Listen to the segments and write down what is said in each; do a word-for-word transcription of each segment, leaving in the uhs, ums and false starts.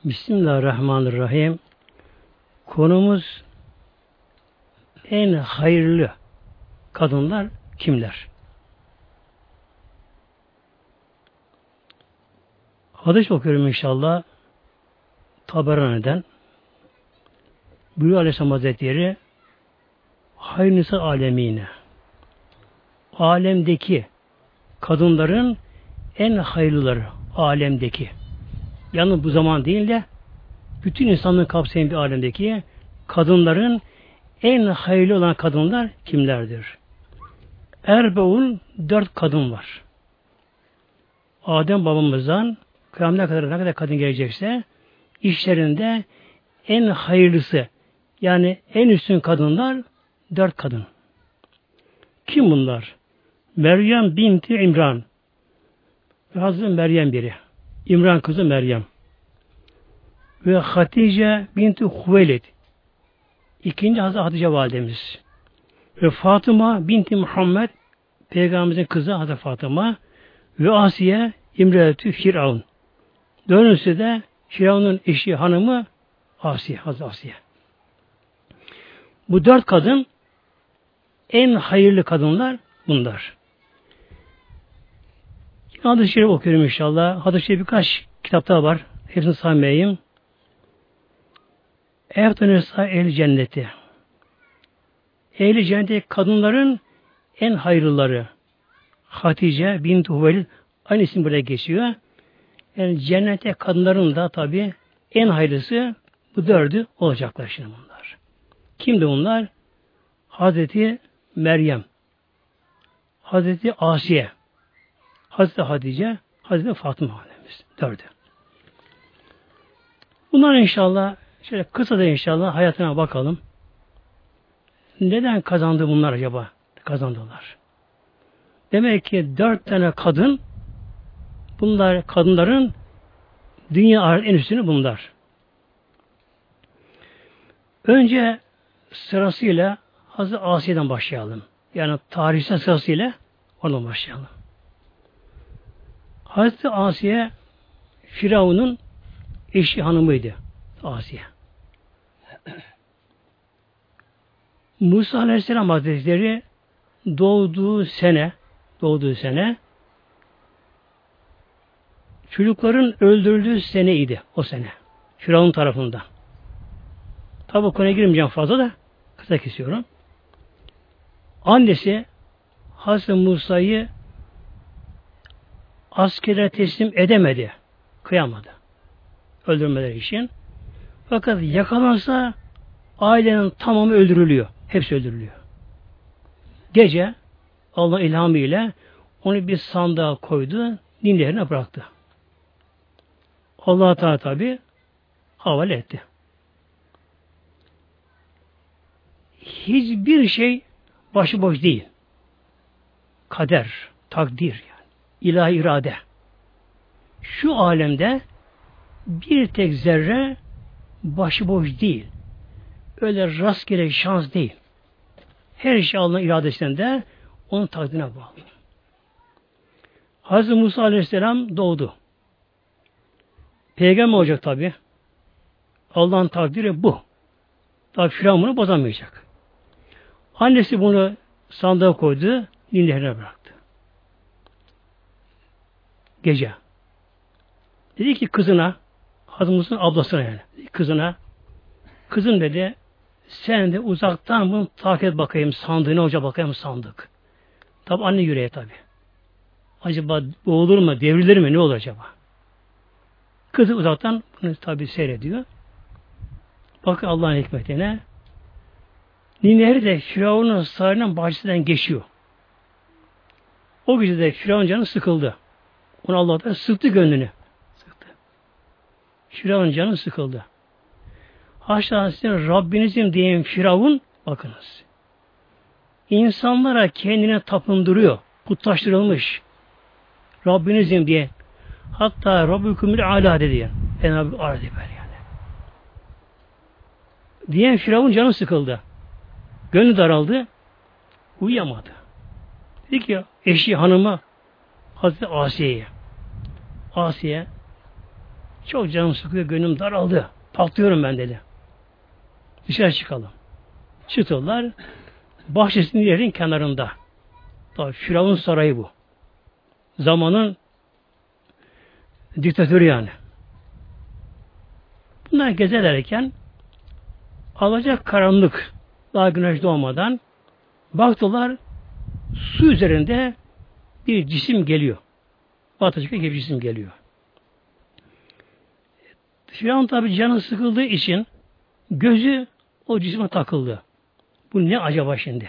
Bismillahirrahmanirrahim. Konumuz en hayırlı kadınlar kimler? Hadis okuyorum inşallah. Taberani'den. Buyuruyor Aleyhisselam Hazretleri, hayırlısı alemine. Alemdeki kadınların en hayırlıları. Alemdeki. Yalnız bu zaman değil de bütün insanlığı kapsayan bir alemdeki kadınların en hayırlı olan kadınlar kimlerdir? Erbeun dört kadın var. Adem babamızdan kıyamete kadar ne kadar kadın gelecekse işlerinde en hayırlısı yani en üstün kadınlar dört kadın. Kim bunlar? Meryem binti İmran. Hazreti Meryem biri. İmran kızı Meryem. Ve Hatice binti Huveylid. İkinci Hazreti Hatice validemiz. Ve Fatıma binti Muhammed Peygamberimizin kızı Hazreti Fatıma ve Asiye İmretü Firavun. Dördüncüsü de Firavun'un eşi hanımı Asiye, Hazreti Asiye. Bu dört kadın en hayırlı kadınlar bunlar. Hadis-i Şerif okuyorum inşallah. Hadis-i Şerif birkaç kitapta var. Hepsini saymayayım. Eftenesa el cenneti. Ehli cennetteki kadınların en hayırlıları. Hatice bint Huveylid aynı isim buraya geçiyor. Yani cennete kadınların da tabi en hayırlısı bu dördü olacaklar şimdi bunlar. Kimdi bunlar? Hazreti Meryem, Hazreti Asiye, Hazreti Hatice, Hazreti Fatıma annemiz. Dördü. Bunlar inşallah şöyle kısa da inşallah hayatına bakalım. Neden kazandı bunlar acaba? Kazandılar. Demek ki dört tane kadın bunlar kadınların dünya ahiret en üstünü bunlar. Önce sırasıyla Hazreti Asiye'den başlayalım. Yani tarihsel sırasıyla oradan başlayalım. Hazreti Asiye Firavun'un eşi hanımıydı. Asiye. Musa Aleyhisselam Hazretleri doğduğu sene doğduğu sene çocukların öldürüldüğü seneydi o sene. Firavun tarafından. Tabi o konuya girmeyeceğim fazla da kısa kesiyorum. Annesi Hazreti Musa'yı askere teslim edemedi. Kıyamadı. Öldürmeleri için. Fakat yakalansa ailenin tamamı öldürülüyor. Hepsi öldürülüyor. Gece Allah ilhamı ile onu bir sandığa koydu. Nillerine bıraktı. Allah Teala tabi havale etti. Hiçbir şey başıboş değil. Kader, takdir yani. İlahi irade. Şu alemde bir tek zerre başıboş değil. Öyle rastgele şans değil. Her şey Allah'ın iradesinde onun takdirine bağlı. Hazreti Musa Aleyhisselam doğdu. Peygamber olacak tabi. Allah'ın takdiri bu. Tabi Firavun bunu bozamayacak. Annesi bunu sandığa koydu, Nillerine bıraktı. Gece. Dedi ki kızına, Hazreti Musa'nın ablasına yani, kızına, kızım dedi, sen de uzaktan bunu takip et bakayım, sandığı ne olacak bakayım sandık. Tabi anne yüreği tabi. Acaba boğulur mu, devrilir mi, ne olur acaba? Kızı uzaktan bunu tabi seyrediyor. Bakın Allah'ın hikmetine. Nehri de Firavun'un sarayının bahçesinden geçiyor. O gece de Firavun canı sıkıldı. Onu Allah da sıktı gönlünü. Sıktı. Firavun canı sıkıldı. Haşa sizin Rabbinizim diyen Firavun, bakınız. İnsanlara kendine tapındırıyor. Putlaştırılmış. Rabbinizim diye. Hatta Rabbükümül Ala dedi. Cenab-ı Ala dedi yani. Diyen Firavun canı sıkıldı. Gönlü daraldı. Uyuyamadı. Dedi ki eşi hanımı Hazreti Asiye'ye. Asiye Çok canım sıkıyor, gönlüm daraldı. Patlıyorum ben dedi. Dışarı çıkalım. Çıktılar. Bahçesinin yerin kenarında. Tabii Firavun sarayı bu. Zamanın diktatörü yani. Bunlar gezelerken alacak karanlık, daha güneş doğmadan baktılar, su üzerinde bir cisim geliyor. Batacık bir cisim geliyor. Firavun tabi canı sıkıldığı için gözü o cisme takıldı. Bu ne acaba şimdi?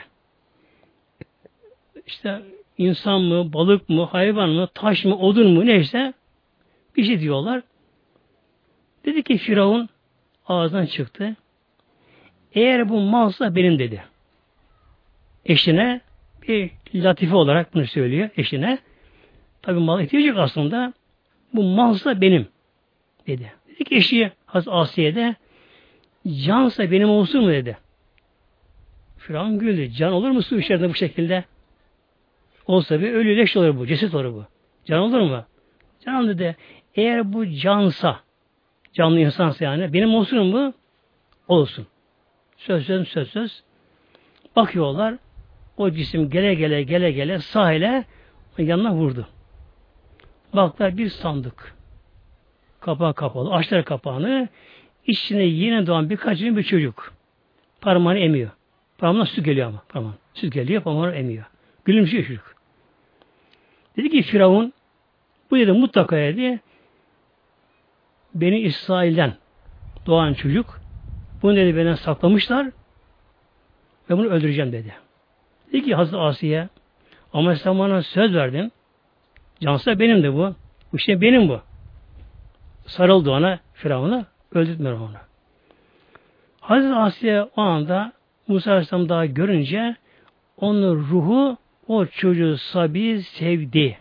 İşte insan mı, balık mı, hayvan mı, taş mı, odun mu neyse bir şey diyorlar. Dedi ki Firavun ağzından çıktı. Eğer bu malsa benim dedi. Eşine bir latife olarak bunu söylüyor eşine. Tabi mal ihtiyacı aslında. Bu malsa benim dedi. Dedi ki eşi Hazreti Asiye'de cansa benim olsun mu dedi. Firavun güldü. Can olur mu su içerisinde bu şekilde? Olsa bir ölü leş olur bu. Ceset olur bu. Can olur mu? Can dedi. Eğer bu cansa, canlı insansa yani benim olsun mu? Olsun. Söz söz söz söz. Bakıyorlar. O cisim gele gele gele gele sahile yanına vurdu. Baktılar bir sandık. Kapağı kapalı. Açtılar kapağını. İçine yeni doğan birkaç gün bir çocuk. Parmağını emiyor. Parmağına süt geliyor ama. Parmağına. Süt geliyor, parmağını emiyor. Gülümsüyor çocuk. Dedi ki Firavun, bu dedi mutlaka dedi, beni İsrail'den doğan çocuk, bunu dedi benden saklamışlar ve bunu öldüreceğim dedi. Dedi ki Hazreti Asiye, ama sen bana söz verdin, cansa benim de bu, bu şey benim bu. Sarıldı ona, Firavun'a, öldürtmüyor onu. Hazreti Asiye o anda Musa Aleyhisselam daha görünce onun ruhu o çocuğu Sabi sevdi.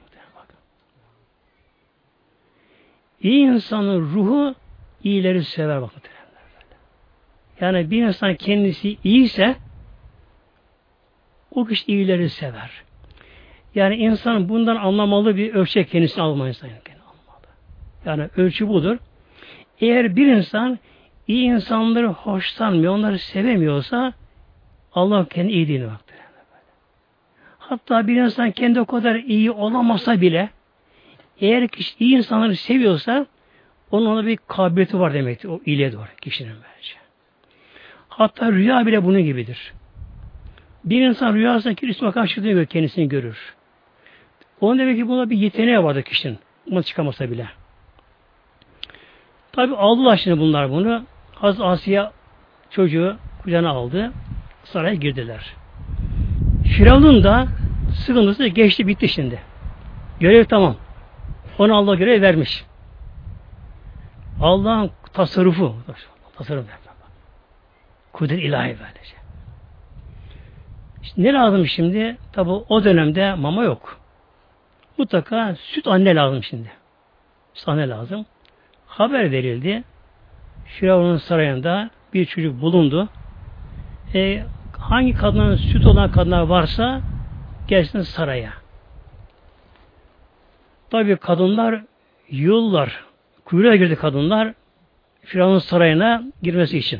İyi insanın ruhu iyileri sever bakın. Yani bir insan kendisi iyiyse o kişi iyileri sever. Yani insan bundan anlamalı bir ölçek kendisini almalı insan. Yani ölçü budur. Eğer bir insan iyi insanları hoşlanmıyor, onları sevemiyorsa Allah kendi iyi değil baktır. Hatta bir insan kendi o kadar iyi olamasa bile eğer kişi iyi insanları seviyorsa onun ona bir kabiliyeti var demektir. O iyiliğe doğru kişinin bence. Hatta rüya bile bunun gibidir. Bir insan rüyasında kirisi bakan çıktığını kendisini görür. Onun demek ki buna bir yeteneği vardır kişinin. Bunu çıkamasa bile. Tabi aldılar şimdi bunlar bunu. Hazreti Asiye çocuğu kucağına aldı. Saraya girdiler. Firavun da sıkıntısı geçti bitti şimdi. Görev tamam. Ona Allah görev vermiş. Allah'ın tasarrufu. Tasarruf. Kudret ilahi böylece. İşte ne lazım şimdi? Tabi o dönemde mama yok. Mutlaka süt anne lazım şimdi. Süt anne lazım. Haber verildi. Firavun'un sarayında bir çocuk bulundu. E, hangi kadının süt olan kadınlar varsa gelsin saraya. Tabi kadınlar yıllar kuyruğa girdi kadınlar Firavun'un sarayına girmesi için.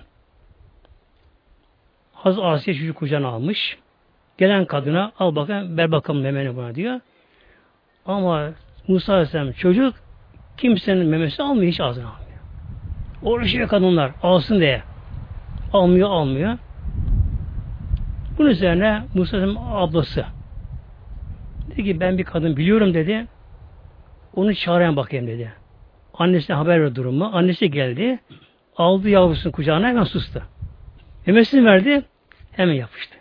Hazreti Asiye çocuk kucağına almış. Gelen kadına al bakalım ver bakalım memeni buna diyor. Ama Musa Aleyhisselam çocuk kimsenin memesi almıyor, hiç ağzına almıyor. Uğraşıyor kadınlar alsın diye. Almıyor, almıyor. Bunun üzerine Musa Aleyhisselam ablası dedi ki ben bir kadın biliyorum dedi. Onu çağırayım bakayım dedi. Annesine haber ver durumu. Annesi geldi. Aldı yavrusunu kucağına hemen sustu. Memesini verdi. Hemen yapıştı.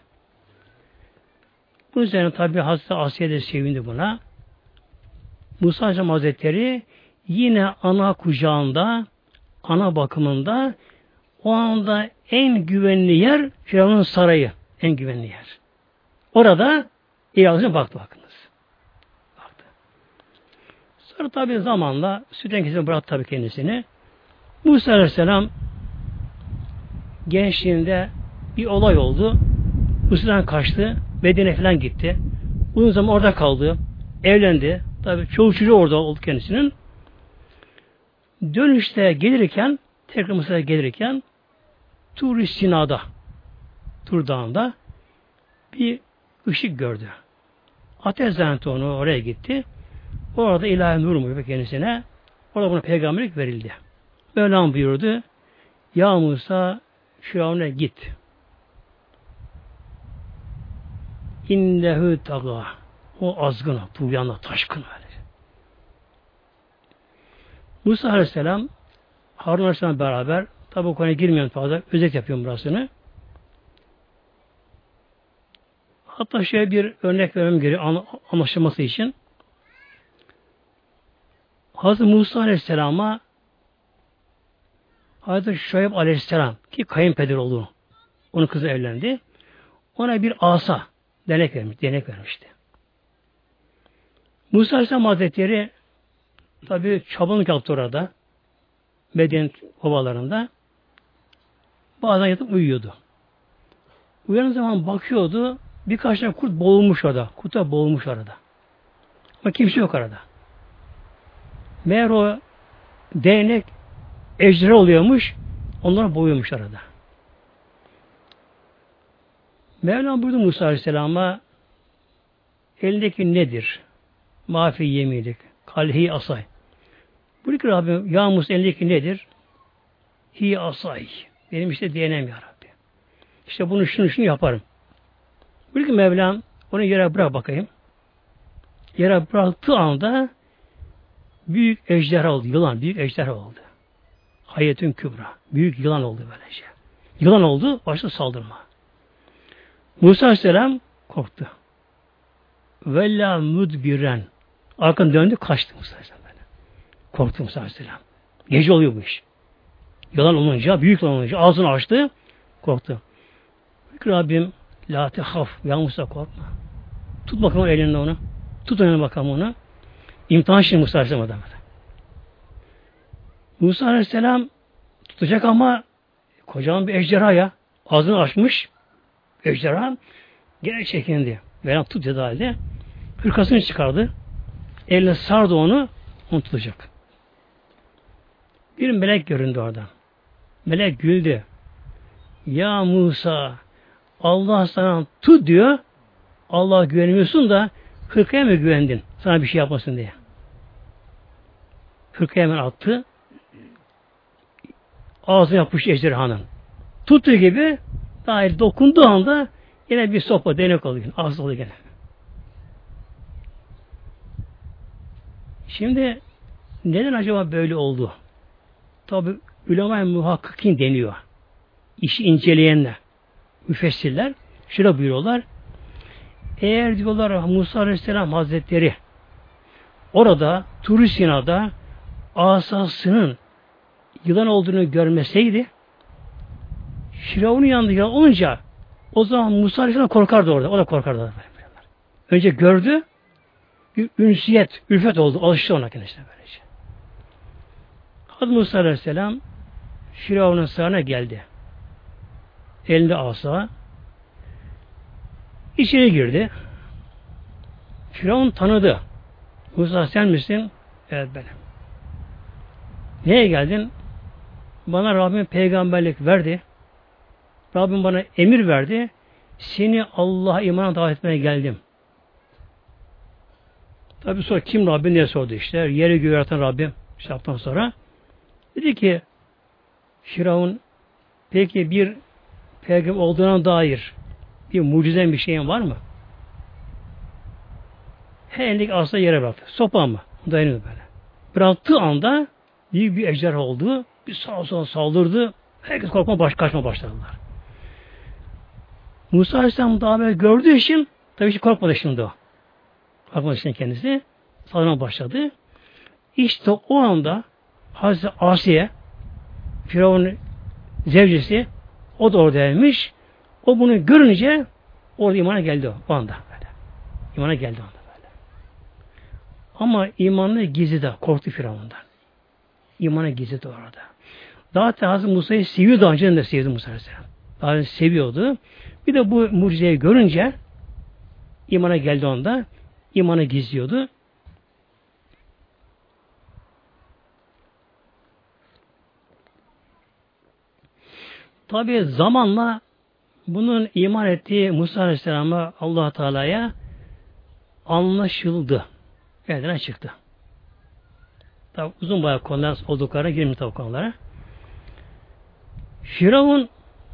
Bunun üzerine tabi Hazreti Asiye de sevindi buna. Musa Aleyhisselam Hazretleri yine ana kucağında, ana bakımında o anda en güvenli yer Firavun'un sarayı. En güvenli yer. Orada iyi ağzına baktı bakınız. Baktı. Sonra tabi zamanla sütten kesin bıraktı tabi kendisini. Musa Aleyhisselam gençliğinde bir olay oldu. Mısır'dan kaçtı. Medine falan gitti. Uzun zaman orada kaldı. Evlendi. Tabi çoğu çocuğu orada oldu kendisinin. Dönüşte gelirken, tekrar Mısır'a gelirken Tur-i Sina'da, Tur Dağı'nda bir ışık gördü. Ateş zannetti onu, oraya gitti. Orada ilahi nur mu kendisine? Orada buna peygamberlik verildi. Mevlam buyurdu. Ya Musa, Firavun'a git. İnnehu taga. O azgın, tuğyanla, taşkın öyle. Musa Aleyhisselam Harun Aleyhisselam beraber, tabi o konuya girmiyorum fazla, özet yapıyorum burasını. Hatta şöyle bir örnek vermem gerekiyor anlaşılması için. Hazreti Musa Aleyhisselam'a Hazreti Şuayb Aleyhisselam ki kayınpeder olduğu onun kızı evlendi. Ona bir asa denek vermiş, denek vermişti. Musa Aleyhisselam Hazretleri tabi çobanlık yaptı orada. Medyen ovalarında. Bazen yatıp uyuyordu. Uyanın zaman bakıyordu. Birkaç tane kurt boğulmuş orada. Kurtlar boğulmuş orada. Ama kimse yok orada. Meğer o değnek ejderha oluyormuş. Onlara boğuyormuş arada. Mevlam buyurdu Musa Aleyhisselam'a elindeki nedir? Mafi yemilik. Kalhi asay. Buyur ki Rabbim ya Musa elindeki nedir? Hi asay. Benim işte diyenem ya Rabbi. İşte bunu şunu şunu yaparım. Buyur ki Mevlam onu yere bırak bakayım. Yere bıraktığı anda büyük ejderha oldu. Yılan. Büyük ejderha oldu. Hayetün kübra. Büyük yılan oldu böylece. Yılan oldu. Başladı saldırma. Musa Aleyhisselam korktu. Vella mudbiren. Arkanı döndü. Kaçtı Musa Aleyhisselam. Böyle. Korktu Musa Aleyhisselam. Gece oluyor bu iş. Yılan olunca, büyük yılan olunca ağzını açtı. Korktu. Rabbim la tehaf. Ya Musa korkma. Tut bakalım elinde onu. Tut önüne bakalım onu. İmtihan şimdi Musa Aleyhisselam'a. Musa Aleyhisselam tutacak ama kocaman bir ejderha ya. Ağzını açmış. Ejderha gene çekindi. Mevlam tut dedi halde. Hırkasını çıkardı. Eline sardı onu. Onu tutacak. Bir melek göründü oradan. Melek güldü. Ya Musa Allah sana tut diyor. Allah'a güvenmiyorsun da hırkaya mı güvendin? Sana bir şey yapmasın diye. Hırkaya hemen attı. Ağzına yapmış ejderhanın. Tuttuğu gibi dair dokunduğu anda yine bir sopa denek oluyor. Ağız oluyor gene. Şimdi neden acaba böyle oldu? Tabi ulema-i muhakkikin deniyor. İşi inceleyenler, müfessirler şöyle buyuruyorlar. Eğer diyorlar Musa Aleyhisselam Hazretleri orada Tur-i Sina'da asasının yılan olduğunu görmeseydi Firavun'un yanında yılan olunca o zaman Musa Aleyhisselam korkardı orada. O da korkardı. Önce gördü bir ünsiyet, ülfet oldu. Alıştı ona kendisine böylece. Hazreti Musa Aleyhisselam Firavun'un sağına geldi. Elinde asa içeri girdi. Firavun tanıdı. Musa sen misin? Evet benim. Neye geldin? Bana Rabbim peygamberlik verdi. Rabbim bana emir verdi. Seni Allah'a imana davet etmeye geldim. Tabi sonra kim Rabbim diye sordu işte. Yeri göğü yaratan Rabbim. İşte yaptıktan sonra. Dedi ki Firavun peki bir peygamber olduğuna dair bir mucizen bir şeyin var mı? Her elindeki asla yere bıraktı. Sopa mı? Dayanıyor böyle. Bıraktığı anda büyük bir ejderha oldu. Bir sağa sola saldırdı. Herkes korkma baş, kaçma başladılar. Musa Aleyhisselam daha böyle gördüğü için tabii ki korkmadı şimdi o. Korkmadı şimdi kendisi. Saldırma başladı. İşte o anda Hazreti Asiye Firavun'un zevcesi o da oradaymış. O bunu görünce orada imana geldi o, o anda böyle. İmana geldi o anda böyle. Ama imanını gizlidi. Korktu Firavun'dan. İmanı gizlidi orada. Zaten Hazreti Musa'yı seviyordu. Önceden de sevdi Musa Aleyhisselam. Daha önce seviyordu. Bir de bu mucizeyi görünce imana geldi onda. İmanı gizliyordu. Tabi zamanla bunun iman ettiği Musa Aleyhisselam'a Allah Teala'ya anlaşıldı. Meydana çıktı. Tabi uzun bayağı konular olduklarına girmiş tabi konulara. Firavun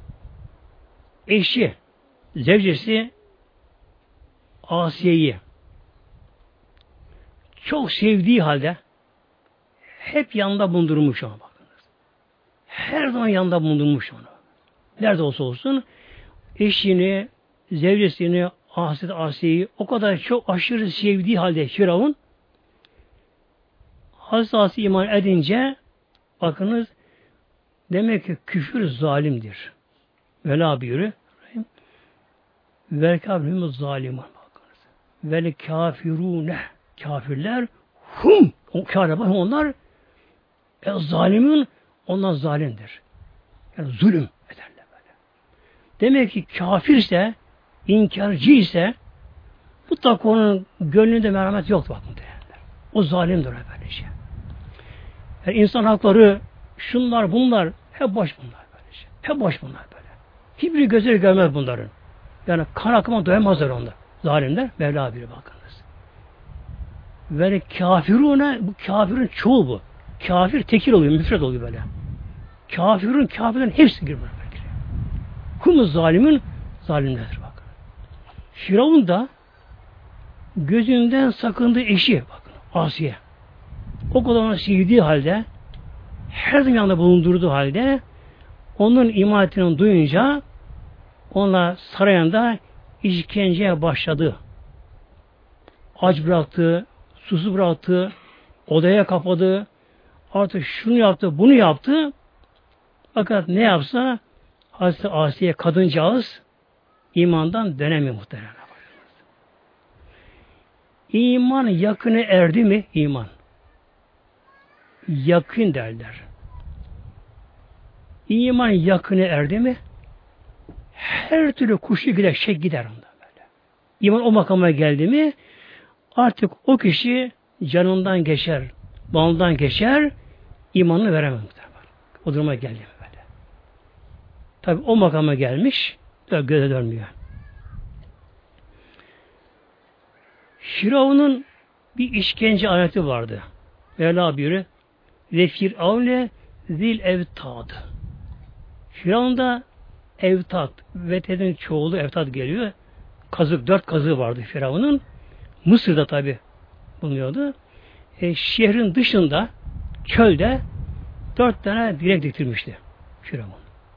eşi, zevcesi Asiye'yi çok sevdiği halde hep yanında bulundurmuş ona bakınız. Her zaman yanında bulundurmuş onu. Nerede olsa olsun eşini, zevcesini, Hazreti Asiye'yi o kadar çok aşırı sevdiği halde Firavun Hazreti Asiye iman edince bakınız demek ki küfür zalimdir. Vela buyuruyor. Vel kafirun zalimun. Vel kafirune. Kafirler hum. O kafirler onlar e, zalimin onlar zalimdir. Yani zulüm ederler böyle. Demek ki kafirse, inkarcı ise mutlaka onun gönlünde merhamet yoktur bakın derler. O zalimdir böyle şey. Yani insan hakları şunlar bunlar hep boş bunlar böyle şey. Hep boş bunlar böyle. Hiçbir gözleri görmez bunların. Yani kan akıma doyamazlar onda. Zalimler Mevla biri bakınız. Ve kafirune bu kafirin çoğu bu. Kafir tekil oluyor, müfred oluyor böyle. Kafirun kafirlerin hepsi giriyor böyle. Kumu zalimin zalimlerdir bakın. Firavun da gözünden sakındığı eşi bakın Asiye. O kadar onu sevdiği halde her zaman yanında bulundurduğu halde onun imanetini duyunca ona sarayında işkenceye başladı. Aç bıraktı, susuz bıraktı, odaya kapadı, artık şunu yaptı, bunu yaptı. Fakat ne yapsa Hazreti Asiye kadıncağız imandan dönemiyor muhtemelen. İman yakını erdi mi? İman. Yakın derler. İman yakını erdi mi? Her türlü kuşu gider, şey gider onda böyle. İman o makama geldi mi artık o kişi canından geçer, malından geçer, imanını veremez. O duruma geldi mi böyle. Tabi o makama gelmiş, göze dönmüyor. Firavun'un bir işkence aleti vardı. Mevla buyuruyor. Ve Firavun'e zil evtad. Firavun'da evtad. Veted'in çoğulu evtad geliyor. Kazık, dört kazığı vardı Firavun'un. Mısır'da tabi bulunuyordu. E, şehrin dışında, çölde dört tane direk diktirmişti Firavun.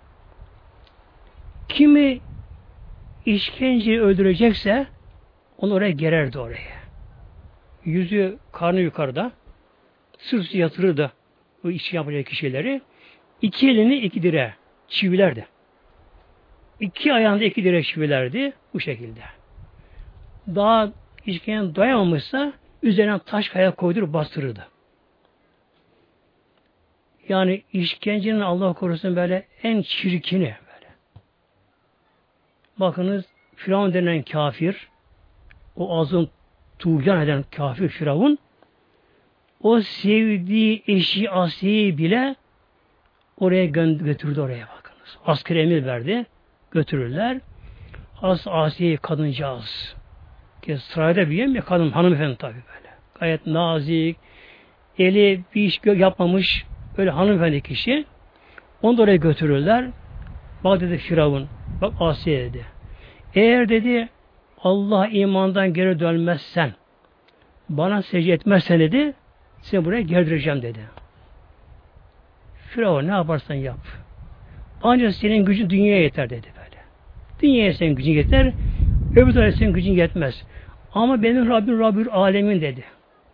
Kimi işkenceyi öldürecekse onu oraya gererdi oraya. Yüzü, karnı yukarıda, sırt yatırırdı o işi yapacak kişileri. İki elini iki direğe çivilerdi. İki ayağında iki direğe çivilerdi bu şekilde. Daha işkence doyamamışsa üzerine taş kaya koydurup bastırırdı. Yani işkencenin Allah korusun böyle en çirkini böyle. Bakınız Firavun denen kafir, o azın tuğyan eden kafir Firavun, o sevdiği eşi Asiye'yi bile oraya götürdü oraya bakınız. Asker emir verdi, götürürler. As Asiye'yi kadıncağız. Ki sarayda büyüyen bir kadın, hanımefendi tabi böyle. Gayet nazik, eli bir iş yapmamış, öyle hanımefendi kişi. Onu da oraya götürürler. Bak dedi Firavun, bak Asiye dedi. Eğer dedi Allah imandan geri dönmezsen, bana secde etmezsen dedi, seni buraya gerdireceğim dedi. Firavun ne yaparsan yap. Ancak senin gücün dünyaya yeter dedi böyle. Dünyaya senin gücün yeter, öbür tarafa senin gücün yetmez. Ama benim Rabbim Rabbül Alemin dedi.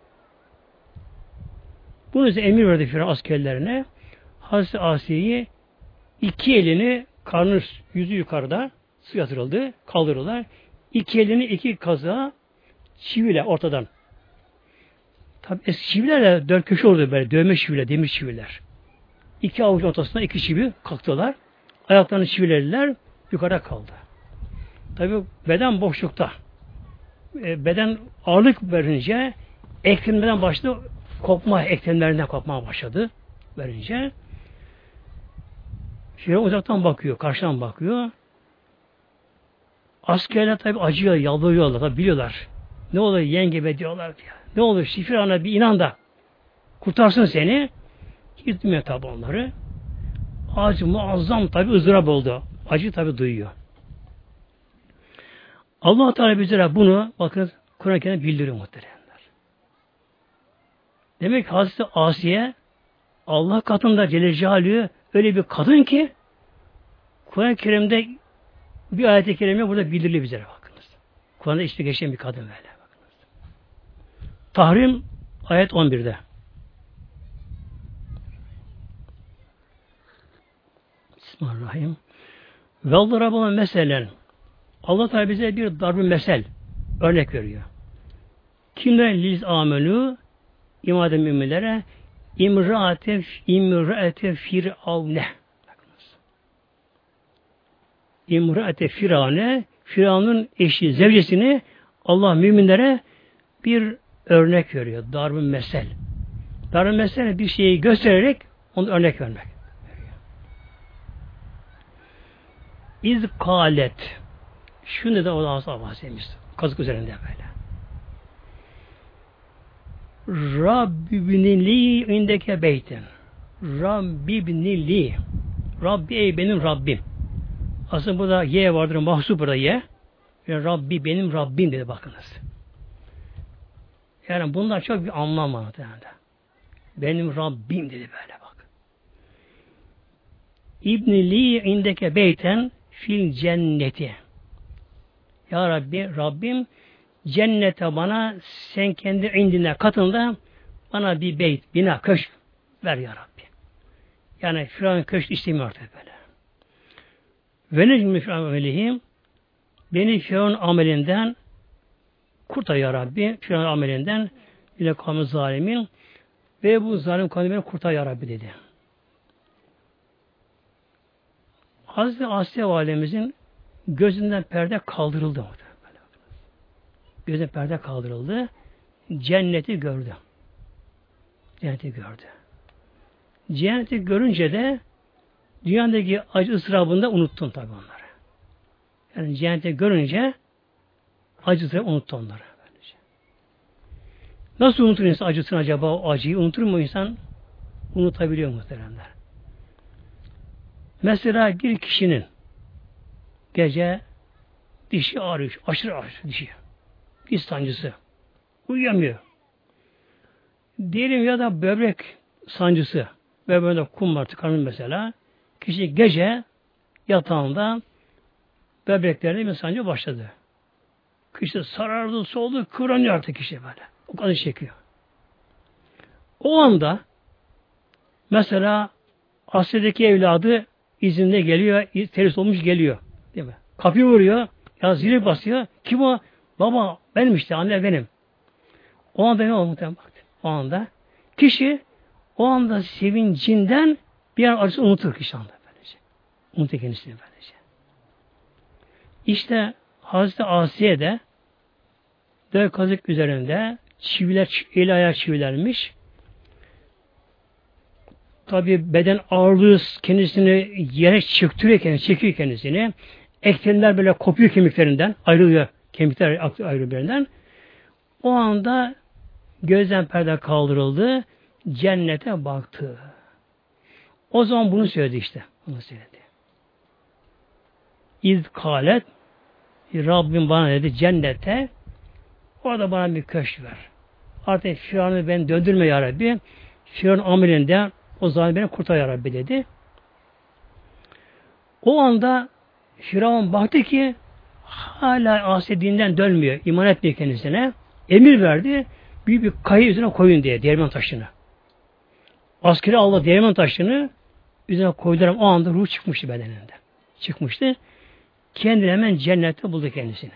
Bunu ise emir verdi Firavun askerlerine. Hazreti Asiye'yi iki elini karnı yüzü yukarıda su yatırıldı, kaldırırlar. İki elini iki kazığa çiviyle ortadan. Tabi eski çivilerle dört köşe oldu böyle, dövme çiviler, demir çiviler. İki avuç ortasına iki çivi kalktılar. Ayaklarını çivilediler, yukarıda kaldı. Tabi beden boşlukta. E, beden ağırlık verince eklemlerden başladı kopma, eklemlerinden kopmaya başladı verince. Firavun uzaktan bakıyor, karşıdan bakıyor. Askerler tabi acıyor, yalvarıyorlar, tabi biliyorlar. Ne olur yenge diyorlar diye. Ne olur Firavun'a bir inan da kurtarsın seni. Gitmiyor tabi onları. Acı muazzam tabi ızdırap oldu. Acı tabi duyuyor. Allah Teala bizlere bunu bakın Kur'an-ı Kerim'de bildiriyor muhteremler. Demek ki Hazreti Asiye Allah katında Celle Celaluhu öyle bir kadın ki Kur'an-ı Kerim'de bir ayet-i kerime burada bildiriliyor bizlere bakınız. Kur'an'da işte geçen bir kadın böyle bakınız. Tahrim ayet on birde. Bismillahirrahmanirrahim. Veldarabu'nun meselen. Allah Teala bize bir darb-ı mesel örnek veriyor. Kimler liz amelu imade müminlere imraate imraate firavne. İmraate firavne Firavun'un eşi, zevcesini Allah müminlere bir örnek veriyor. Darb-ı mesel. Darb-ı mesel bir şeyi göstererek onu örnek vermek. İz kalet. Şunu da o da asla bahsetmiş. Kazık üzerinde böyle. Rabbibnili indeke beyten. Rabbibnili. Rabbi ey benim Rabbim. Aslında burada ye vardır. Mahsup burada ye. Ve Rabbi benim Rabbim dedi bakınız. Yani bunlar çok bir anlam var. Benim Rabbim dedi böyle bak. İbnili indeke beyten fil cenneti. Ya Rabbi, Rabbim cennete bana sen kendi indine katında bana bir beyt, bina, köşk ver ya Rabbi. Yani Firavun köşk istemiyor artık böyle. Ve necmi Firavun amelihim beni Firavun amelinden kurtar ya Rabbi. Firavun amelinden ile kavmi zalimin ve bu zalim kavmi beni kurtar ya Rabbi dedi. Hazreti Asiye Validemizin gözünden perde kaldırıldı. Gözünden perde kaldırıldı. Cenneti gördü. Cenneti gördü. Cenneti görünce de dünyadaki acı ıstırabını da unuttun tabi onları. Yani cenneti görünce acı ıstırabını unuttu onları. Böylece. Nasıl unutur insan acısını acaba? O acıyı unutur mu insan? Unutabiliyor muhteremler. Mesela bir kişinin gece dişi ağrıyor, aşırı ağrıyor dişi. Diş sancısı. Uyuyamıyor. Diyelim ya da böbrek sancısı. Böbreğinde kum var tıkanır mesela. Kişi gece yatağında böbreklerinde bir sancı başladı. Kişi sarardı, soldu, kıvranıyor artık kişi böyle. O kadar çekiyor. O anda mesela Asya'daki evladı izinde geliyor, terhis olmuş geliyor. Değil mi? Kapıyı vuruyor, ya zili basıyor. Kim o? Baba benim işte, anne benim. O anda ne oldu muhtemelen baktı. O anda kişi o anda sevincinden bir an acısı unutur kişi anda böylece. Unutur kendisini böylece. İşte Hazreti Asiye de dev kazık üzerinde çiviler, eli ayağı çivilenmiş. Tabi beden ağırlığı kendisini yere çöktürüyor kendisini, çekiyor kendisini. Eklemler böyle kopuyor kemiklerinden, ayrılıyor. Kemikler ayrılıyor birbirinden. O anda gözden perde kaldırıldı. Cennete baktı. O zaman bunu söyledi işte. Bunu söyledi. İz kalet Rabbim bana dedi cennete orada bana bir köşk ver. Artık Firavun'u ben döndürme ya Rabbi. Firavun amelinden o zaman beni kurtar ya Rabbi dedi. O anda Firavun baktı ki hala Asiye dinden dönmüyor. İman etmiyor kendisine. Emir verdi. Büyük bir kayı üzerine koyun diye. Değirmen taşını. Askeri Allah değirmen taşını üzerine koydular. O anda ruh çıkmıştı bedeninden. Çıkmıştı. Kendini hemen cennette buldu kendisini.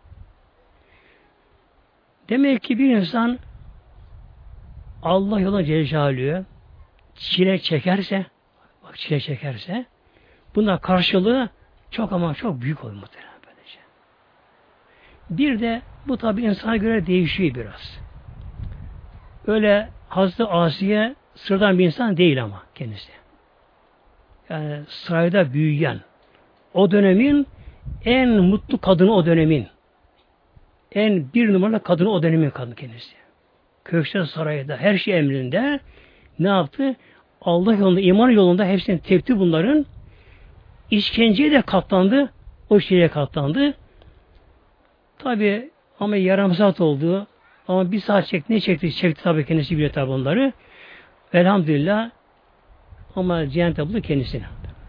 Demek ki bir insan Allah yoluna Celle Celaluhu çile çekerse bak çile çekerse bundan karşılığı çok ama çok büyük olur muhtemelen böylece. Bir de bu tabi insana göre değişiyor biraz. Öyle Hazreti Asiye sıradan bir insan değil ama kendisi. yani sarayda büyüyen, o dönemin en mutlu kadını o dönemin. En bir numaralı kadını o dönemin kadını kendisi. Köşkte sarayda her şey emrinde ne yaptı? Allah yolunda, iman yolunda hepsinin tepti bunların. İşkenceye de katlandı. O şeye katlandı. Tabi ama yarım saat oldu. Ama bir saat çekti. Ne çekti? Çekti tabi kendisi bile tabi onları. Elhamdülillah ama cennete buldu kendisini.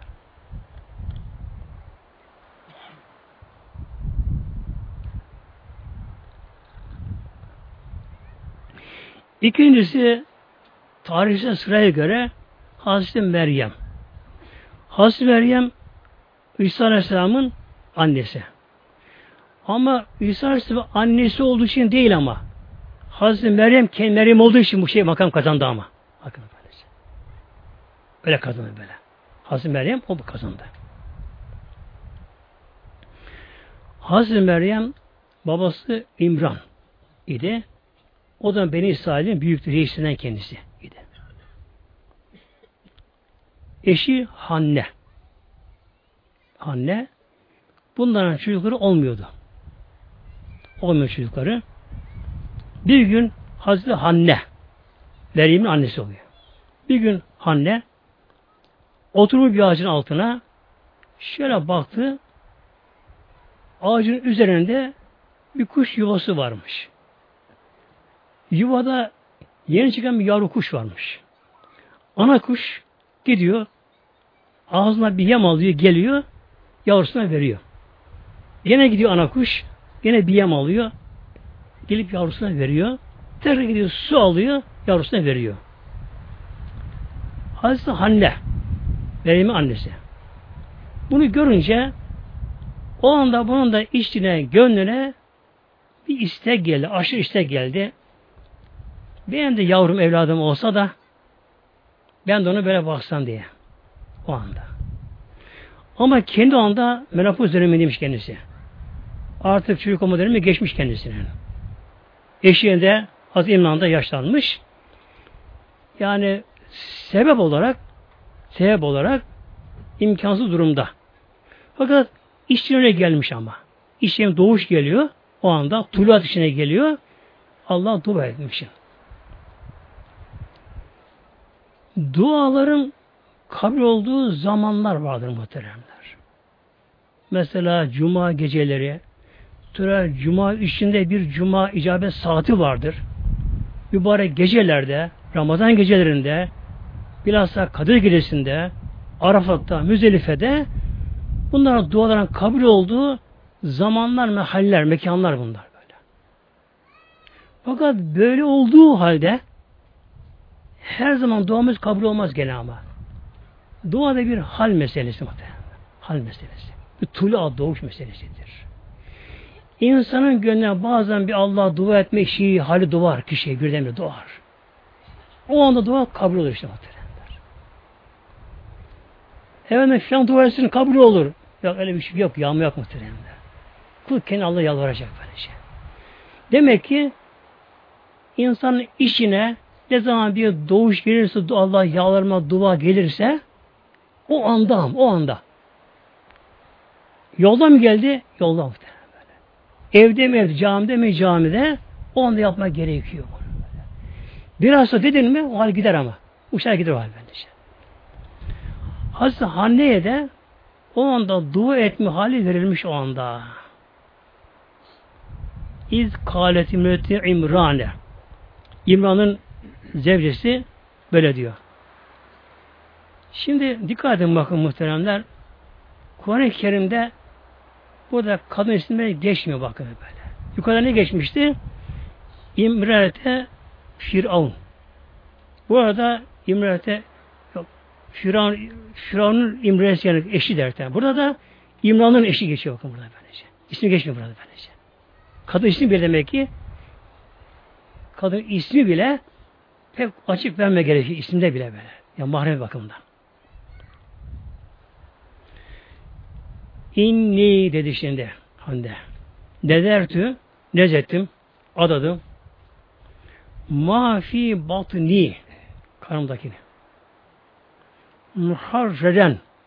İkincisi tarihsel sıraya göre Hazreti Meryem. Hazreti Meryem İsa Aleyhisselam'ın annesi. Ama İsa Aleyhisselam annesi olduğu için değil ama Hazreti Meryem kendi Meryem olduğu için bu şey makam kazandı ama. Bakın böylece. Öyle kazandı böyle. Hazreti Meryem o bu kazandı. Hazreti Meryem babası İmran idi. O da Beni İsrail'in büyük reisinden kendisi idi. Eşi Hanne. Hanne. Bunların çocukları olmuyordu. Olmuyor çocukları. Bir gün Hazreti Hanne Meryem'in annesi oluyor. Bir gün Hanne oturmuş bir ağacın altına şöyle baktı. Ağacın üzerinde bir kuş yuvası varmış. Yuvada yeni çıkan bir yavru kuş varmış. Ana kuş gidiyor, ağzına bir yem alıyor, geliyor, yavrusuna veriyor. Yine gidiyor ana kuş, yine bir yem alıyor, gelip yavrusuna veriyor. Tekrar gidiyor, su alıyor, yavrusuna veriyor. Hazreti Hanne, Meryem'in annesi. Bunu görünce o anda bunun da içine, gönlüne bir istek geldi, aşırı istek geldi. Benim de yavrum evladım olsa da ben de onu böyle baksam diye. O anda. Ama kendi anda menopoz dönemindeymiş kendisi. Artık çocuk olma dönemi geçmiş kendisinin. Eşi de Hazreti İmran'da yaşlanmış. Yani sebep olarak sebep olarak imkansız durumda. Fakat işçinin öyle gelmiş ama. İşçinin doğuş geliyor. O anda tuluat işine geliyor. Allah dua etmiş. Duaların kabul olduğu zamanlar vardır muhteremler. Mesela cuma geceleri, türe cuma içinde bir cuma icabet saati vardır. Mübarek gecelerde, Ramazan gecelerinde, bilhassa Kadir gecesinde, Arafat'ta, Müzdelife'de bunların duaların kabul olduğu zamanlar, mehaller, mekanlar bunlar böyle. Fakat böyle olduğu halde her zaman duamız kabul olmaz gene ama. Dua da bir hal meselesi muhtemelen. Hal meselesi. Bir tulu doğuş meselesidir. İnsanın gönlüne bazen bir Allah'a dua etme işi, hali doğar kişiye birdenbire doğar. O anda dua kabul olur işte muhtemelen. Efendim filan dua etsin kabul olur. Yok öyle bir şey yok. Yağma yok muhtemelen. Kul kendi Allah'a yalvaracak böylece. Demek ki insanın işine ne zaman bir doğuş gelirse, Allah yalvarma, dua gelirse o anda, o anda. Yolda mı geldi? Yolda muhtemelen böyle. Evde mi evde, camide mi camide o anda yapmak gerekiyor. Böyle. Biraz sonra dedin mi o hal gider ama. Uçar gider o hal bence. Hazreti Hanne'ye de o anda dua etme hali verilmiş o anda. İz kâleti müti İmrane. İmran'ın zevcesi böyle diyor. Şimdi dikkat edin bakın muhteremler. Kur'an-ı Kerim'de burada kadın isimleri geçmiyor bakın böyle. Yukarıda ne geçmişti? İmrate Firavun. Bu arada İmrate yok. Firavun, Firavun'un İmresi yani eşi derken. Burada da İmran'ın eşi geçiyor bakın burada böylece. İsmi geçmiyor burada böylece. Kadın ismi bile demek ki kadın ismi bile pek açık verme gerekiyor. İsimde bile böyle. Yani mahrem bakımından. İnni dedi şimdi Hande. Nedertü nezettim, adadım. Mafi batni karnımdakini. Muharreden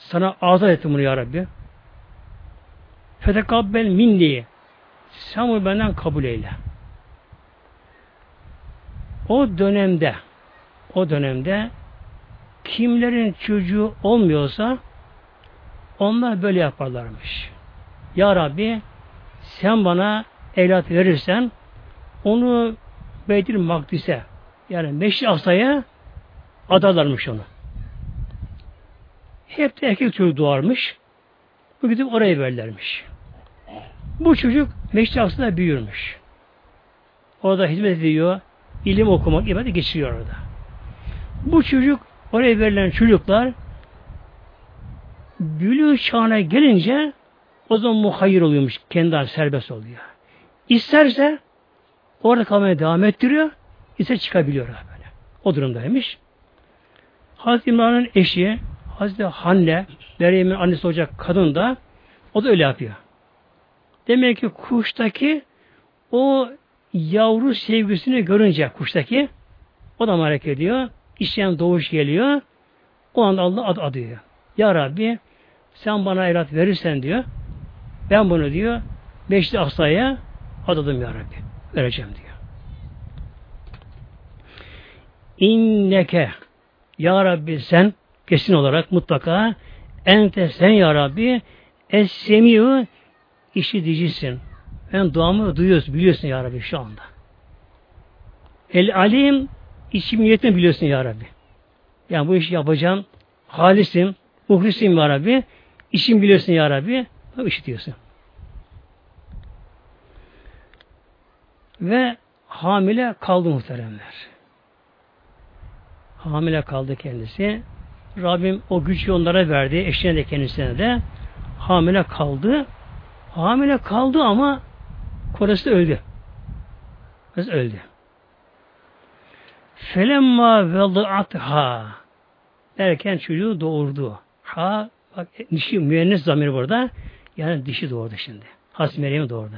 sana azat ettim bunu ya Rabbi. Fetekabbel minni. Sen bunu benden kabul eyle. O dönemde o dönemde kimlerin çocuğu olmuyorsa onlar böyle yaparlarmış. Ya Rabbi sen bana evlat verirsen onu Beyt-i Makdis'e yani Meşri Aksa'ya adarlarmış onu. Hep de erkek çocuk doğarmış. Bu gidip oraya verirlermiş. Bu çocuk Meşri Aksa'da büyürmüş. Orada hizmet ediyor. İlim okumak, ibadet geçiriyor orada. Bu çocuk, oraya verilen çocuklar bülüğ çağına gelince o zaman muhayyir oluyormuş. Kendi serbest oluyor. İsterse orada kalmaya devam ettiriyor. İster çıkabiliyor böyle. O durumdaymış. Hazreti İmran'ın eşi Hazreti Hanne, Meryem'in annesi olacak kadın da o da öyle yapıyor. Demek ki kuştaki o yavru sevgisini görünce kuştaki o da merak ediyor. İşleyen doğuş geliyor. O anda Allah ad adıyor. Ya Rabbi sen bana evlat verirsen diyor. Ben bunu diyor Meşri Aksa'ya adadım ya Rabbi. Vereceğim diyor. İnneke ya Rabbi sen kesin olarak mutlaka ente sen ya Rabbi es-semi'u işiticisin. Ben duamı duyuyorsun, biliyorsun ya Rabbi şu anda. El alim içim niyetini biliyorsun ya Rabbi. Yani bu işi yapacağım. Halisim, muhlisim ya Rabbi. İşim biliyorsun ya Rabbi. O işitiyorsun. Ve hamile kaldı muhteremler. Hamile kaldı kendisi. Rabbim o gücü onlara verdi. Eşine de kendisine de. Hamile kaldı. Hamile kaldı ama kocası öldü. Kız öldü. Felemma vedatha derken çocuğu doğurdu. Ha bak dişi müennes zamiri burada. Yani dişi doğurdu şimdi. Hazreti Meryem doğurdu.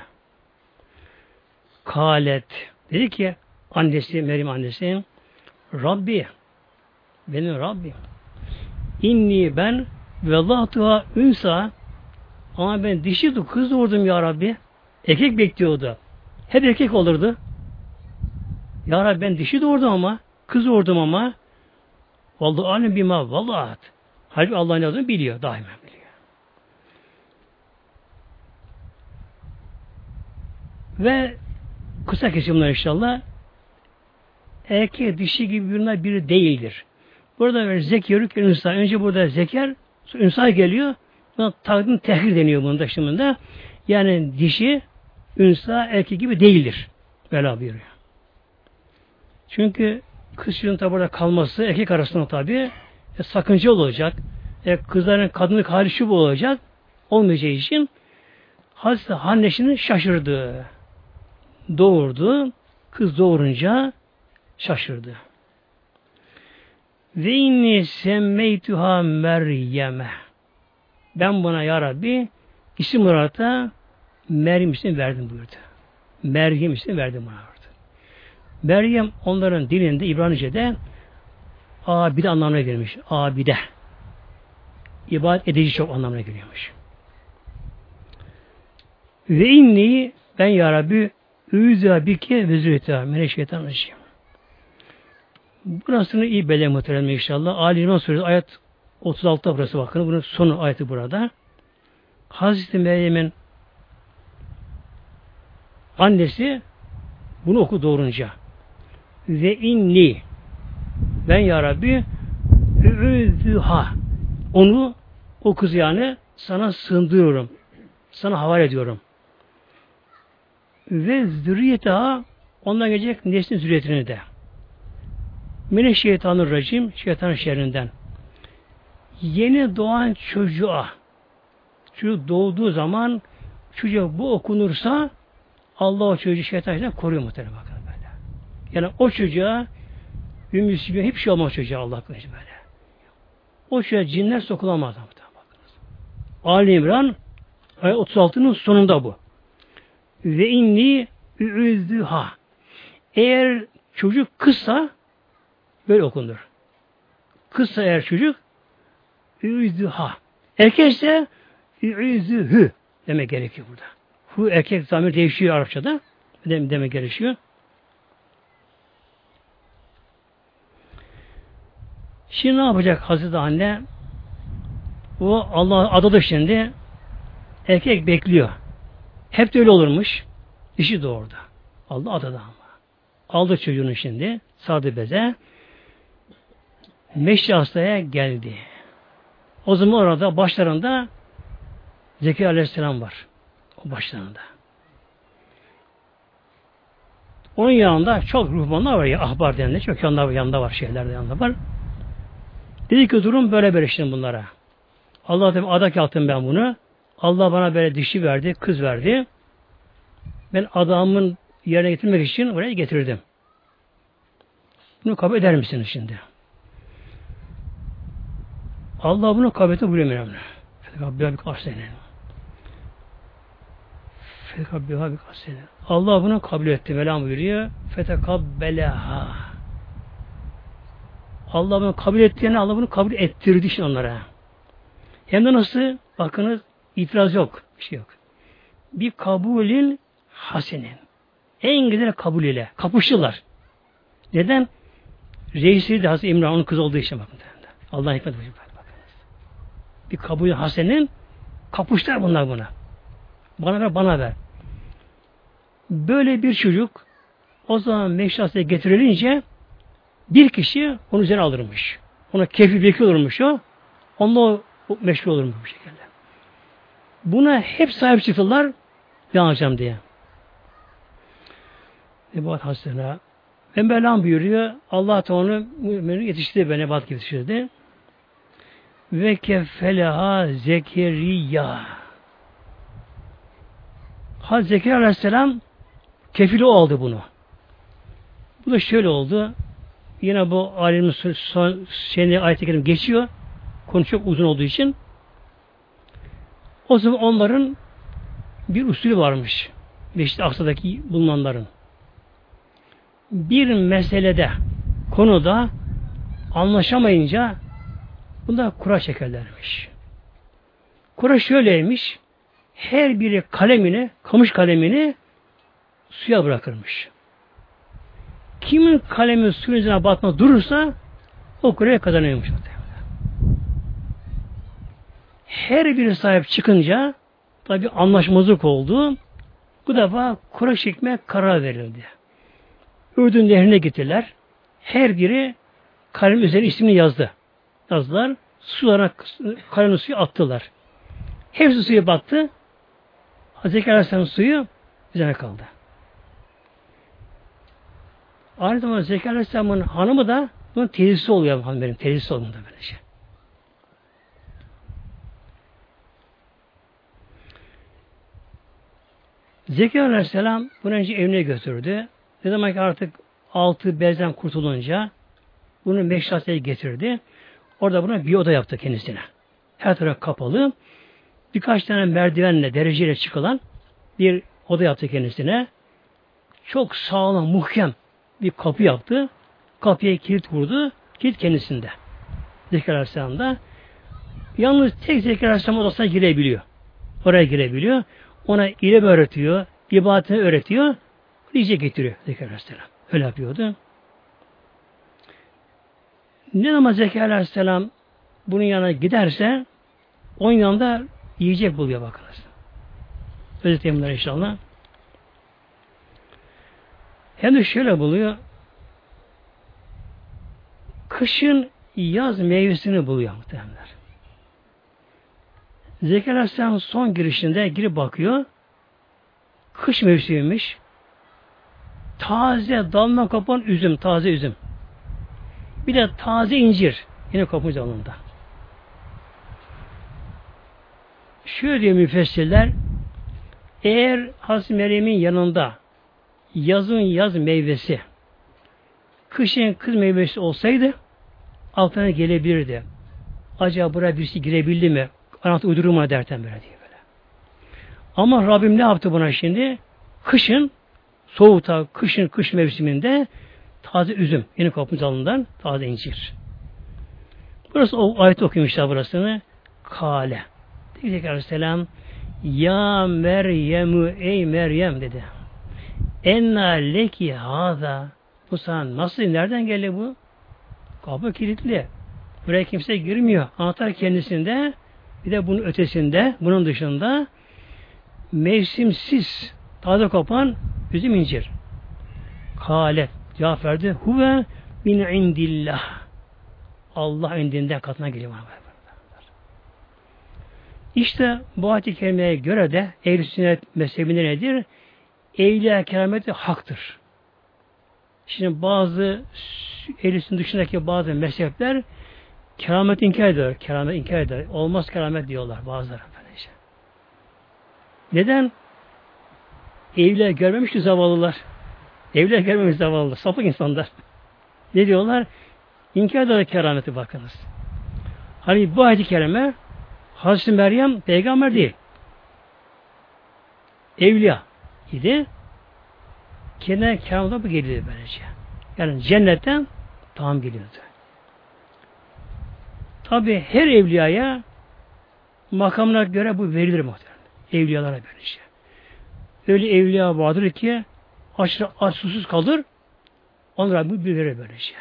Kalet dedi ki annesi Meryem annesi Rabbi benim Rabbim inni ben vedatha ünsa ama ben dişi kız doğurdum ya Rabbi. Erkek bekliyordu. Hep erkek olurdu. Ya Rabbi ben dişi doğurdum ama kız doğurdum ama vallahi alim bima vallahat. Halbuki Allah'ın ne olduğunu biliyor. Daima biliyor. Ve kısa kesimler inşallah erkek dişi gibi birbirine biri değildir. Burada zekerük insan. Önce burada zeker insan geliyor. Buna takdim tehir deniyor bunun taşımında. Yani dişi ünsa erkek gibi değildir. Böyle buyuruyor. Çünkü kız çocuğun tabi burada kalması erkek arasında tabi e, sakıncalı olacak. E, kızların kadınlık hali şu bu olacak. Olmayacağı için Hazreti Hanne'şinin şaşırdı. Doğurdu. Kız doğurunca şaşırdı. Ve inni semmeytuha Meryem'e. Ben buna ya Rabbi isim olarak da Meryem ismini verdim buyurdu. Meryem ismini verdim buna. Meryem onların dilinde İbranice'de abide anlamına gelmiş. Abide. İbadet edici çok anlamına geliyormuş. Ve inni ben ya Rabbi üza bike ve zürriyete mineşşeytanirracim. Burasını iyi bele muhterem inşallah. Ali İmran Suresi ayet otuz altıda burası bakın. Bunun sonu ayeti burada. Hazreti Meryem'in annesi bunu oku doğurunca ve inni ben ya Rabbi ü'üzüha onu o kız yani sana sığındırıyorum. Sana havale ediyorum. Ve zürriyete ondan gelecek neslin zürriyetini de. Mineşşeytanirracim şeytanın şerrinden. Yeni doğan çocuğa çocuk doğduğu zaman çocuğa bu okunursa Allah o çocuğu şeytandan koruyor muhtemelen bakın böyle. Yani o çocuğa Ümmü Sübyan hiçbir şey olmaz çocuğa Allah koruyor böyle. O çocuğa cinler sokulamaz muhtemelen bakınız. Ali İmran ayet otuz altının sonunda bu. Ve inni ü'üzdüha. Eğer çocuk kızsa böyle okunur. Kızsa eğer çocuk ü'üzdüha. Erkekse yü'izühü demek gerekiyor burada. Hu erkek zamir değişiyor Arapçada. Demek gerekiyor. Şimdi ne yapacak Hazreti Anne? O Allah adadı şimdi. Erkek bekliyor. Hep de öyle olurmuş. Dişi doğurdu. Allah adadı ama. Aldı çocuğunu şimdi. Sardı beze. Meşri hastaya geldi. O zaman orada başlarında Zekeriya Aleyhisselam var. O başlarında. Onun yanında çok ruhbanlar var ya, ahbar denilen çok yanında, yanında var, şeyler de yanında var. Dedi ki durum böyle böyle işte bunlara. Allah dedim adak yaptım ben bunu. Allah bana böyle dişi verdi, kız verdi. Ben adamın yerine getirmek için oraya getirdim. Bunu kabul eder misiniz şimdi? Allah bunu kabul etti buyuruyor. Fetekabbâ bi kasene. Fetekabbâ bi kasene. Allah bunu kabul etti. Mevlam buyuruyor. Fetekabbelaha. Allah bunu kabul ettiğini Allah bunu kabul ettirdi şimdi onlara. Hem de nasıl? Bakınız itiraz yok. Bir şey yok. Bir kabulün hasenin. En güzel kabul ile. Kapıştılar. Neden? Reisi de Hazreti İmran onun kız olduğu için bakın. Allah'ın hikmeti bakınız. Bir kabul hasenin kapıştılar bunlar buna. Bana ver, bana ver. Böyle bir çocuk o zaman meşrasına getirilince bir kişi onun üzerine alırmış. Ona kefil vekil olurmuş o. Onunla o, o meşgul olurmuş bu şekilde. Buna hep sahip çıktılar ben alacağım diye. Nebat Hasen'a ve Mevlam buyuruyor Allah da onu yetiştirdi ve Nebat yetiştirdi. Ve kefeleha Zekeriya. Hazreti Zekeriya Aleyhisselam kefili o aldı bunu. Bu da şöyle oldu. Yine bu alemin son şeyini ayet-i kerim geçiyor. Konu çok uzun olduğu için. O zaman onların bir usulü varmış. Beşiktaş Aksa'daki bulunanların. Bir meselede, konuda anlaşamayınca bunda kura çekerlermiş. Kura şöyleymiş. Her biri kalemini, kamış kalemini suya bırakırmış. Kimin kalemi suyun üzerine batma durursa o kuraya kazanıyormuş. Her biri sahip çıkınca tabi anlaşmazlık oldu. Bu defa kura çekmeye karar verildi. Ürdün Nehri'ne gittiler. Her biri kalem üzerine ismini yazdı. Yazdılar. Sulara kalemin suyu attılar. Hepsi suya battı. Hazreti Aleyhisselam suyu üzerine kaldı. Aynı zamanda Zekeriya Aleyhisselam'ın hanımı da bunun teyzesi oluyor hanımların. Teyzesi oluyor da böylece. Zekeriya Aleyhisselam bunu önce evine götürdü. Ne zaman ki artık altı bezden kurtulunca bunu meşraseye getirdi. Orada buna bir oda yaptı kendisine. Her taraf kapalı. Birkaç tane merdivenle, dereceyle çıkılan bir oda yaptı kendisine. Çok sağlam, muhkem bir kapı yaptı. Kapıya kilit vurdu. Kilit kendisinde. Zekeriya Aleyhisselam'da. Yalnız tek Zekeriya Aleyhisselam odasına girebiliyor. Oraya girebiliyor. Ona ilim öğretiyor. İbadetini öğretiyor. Rice getiriyor Zekeriya Aleyhisselam. Öyle yapıyordu. Ne zaman Zekeriya Aleyhisselam bunun yanına giderse onun yanında yiyecek buluyor bakınız. Özeteyim bunları inşallah. Hem de şöyle buluyor. Kışın yaz meyvesini buluyor muhtemelenler. Zekeriya Aleyhisselam son girişinde girip bakıyor. Kış mevsimiymiş. Taze dalma kopan üzüm, taze üzüm. Bir de taze incir. Yine kopmuş dalında. Şöyle diyor müfessirler. Eğer Hazreti Meryem'in yanında yazın yaz meyvesi, kışın kış meyvesi olsaydı altına gelebilirdi. Acaba buraya birisi girebildi mi? Anahtar uydurur mu derken böyle diye böyle. Ama Rabbim ne yaptı buna şimdi? Kışın soğukta, kışın kış mevsiminde taze üzüm. Yeni kopmuş dalından taze incir. Burası o ayet okuymuşlar burasını. Kale. Diyecek Aleyhisselam ya Meryem'ü ey Meryem dedi. Enna leki hâzâ. Bu sana nasıl, nereden geldi bu? Kapı kilitli. Buraya kimse girmiyor. Anahtar kendisinde. Bir de bunun ötesinde, bunun dışında mevsimsiz taze kopan üzüm incir. Kâle. Cevap verdi. Huve min indillah. Allah indinden katına geliyor. İşte bu ayet-i kerimeye göre de ehl-i sünnet mezhebinde nedir? Evliya kerameti haktır. Şimdi bazı ehl-i sünnet dışındaki bazı mezhepler keramet inkar ediyor. Keramet inkar ediyor. Olmaz keramet diyorlar bazıları. Neden? Evliya görmemiş ki zavallılar. Evliya görmemiş zavallılar. Sapık insanlar. Ne diyorlar? İnkar ediyorlar kerameti, bakınız. Hani bu ayet-i kerime Hazreti Meryem peygamber değil. Evliya idi. Kendine keramete bu geliyordu böylece. Yani cennetten tamam geliyordu. Tabi her evliyaya makamına göre bu verilir muhtemelen. Evliyalara böylece. Öyle evliya vardır ki aşırı aç susuz kalır. Onlara bu bir verir böylece.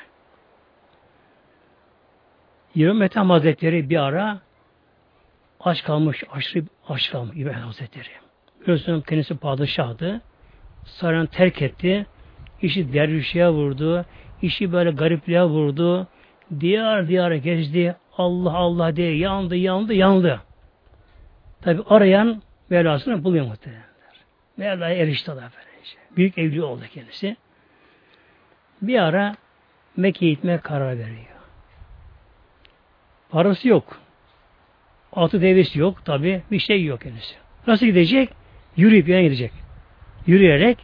İbrahim Ethem Hazretleri bir ara aç kalmış, aşırı aç kalmış İbrahim Hazretleri. Biliyorsunuz kendisi padişahtı. Sarayını terk etti. İşi dervişliğe vurdu. İşi böyle garipliğe vurdu. Diyar diyara gezdi. Allah Allah diye yandı, yandı, yandı. Tabi arayan Mevlasını buluyor muhtemelenler. Mevla'ya erişti o da böylece. Büyük evli oldu kendisi. Bir ara Mekke'ye gitmeye karar veriyor. Parası yok. Atı devesi yok. Tabi bir şey yok kendisi. Nasıl gidecek? Yürüyüp yana gidecek. Yürüyerek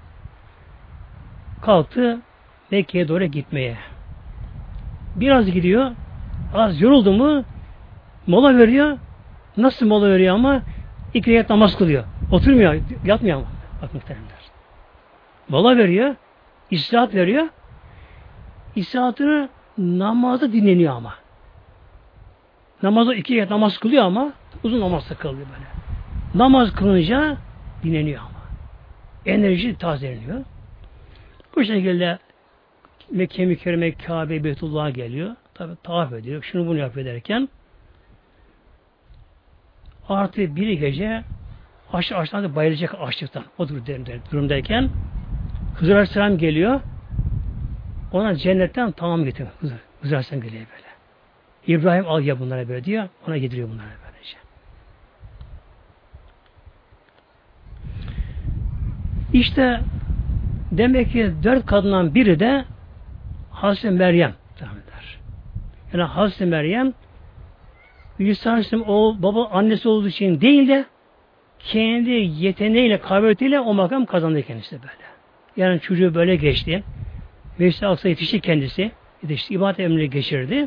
kalktı Mekke'ye doğru gitmeye. Biraz gidiyor. Az yoruldu mu mola veriyor. Nasıl mola veriyor ama iki rekat namaz kılıyor. Oturmuyor. Yatmıyor ama. Bak muhteremler. Mola veriyor. İstirahat veriyor. İstirahatını namazda dinleniyor ama. Namazda iki rekat namaz kılıyor ama uzun namaz kılıyor böyle. Namaz kılınca dinleniyor ama. Enerji tazeleniyor. Bu şekilde Mekke mükerreme Kabe Beytullah'a geliyor. Tabi tavaf ediyor. Şunu bunu yapıyor derken artı bir gece aç açtan bayılacak açlıktan. O durumdayken Hızır Aleyhisselam geliyor. Ona cennetten tamam getiriyor. Hızır, Hızır Aleyhisselam geliyor böyle. İbrahim al ya bunlara böyle diyor. Ona getiriyor bunlara böylece. İşte demek ki dört kadından biri de Hazreti Meryem. Yani Hazreti Meryem İsa Aleyhisselam o baba annesi olduğu için değil de kendi yeteneğiyle, kabiliyetiyle o makam kazandı kendisi böyle. Yani çocuğu böyle geçti. Mescid-i Aksa yetişti kendisi. Yetişti. İbadet emrini geçirdi.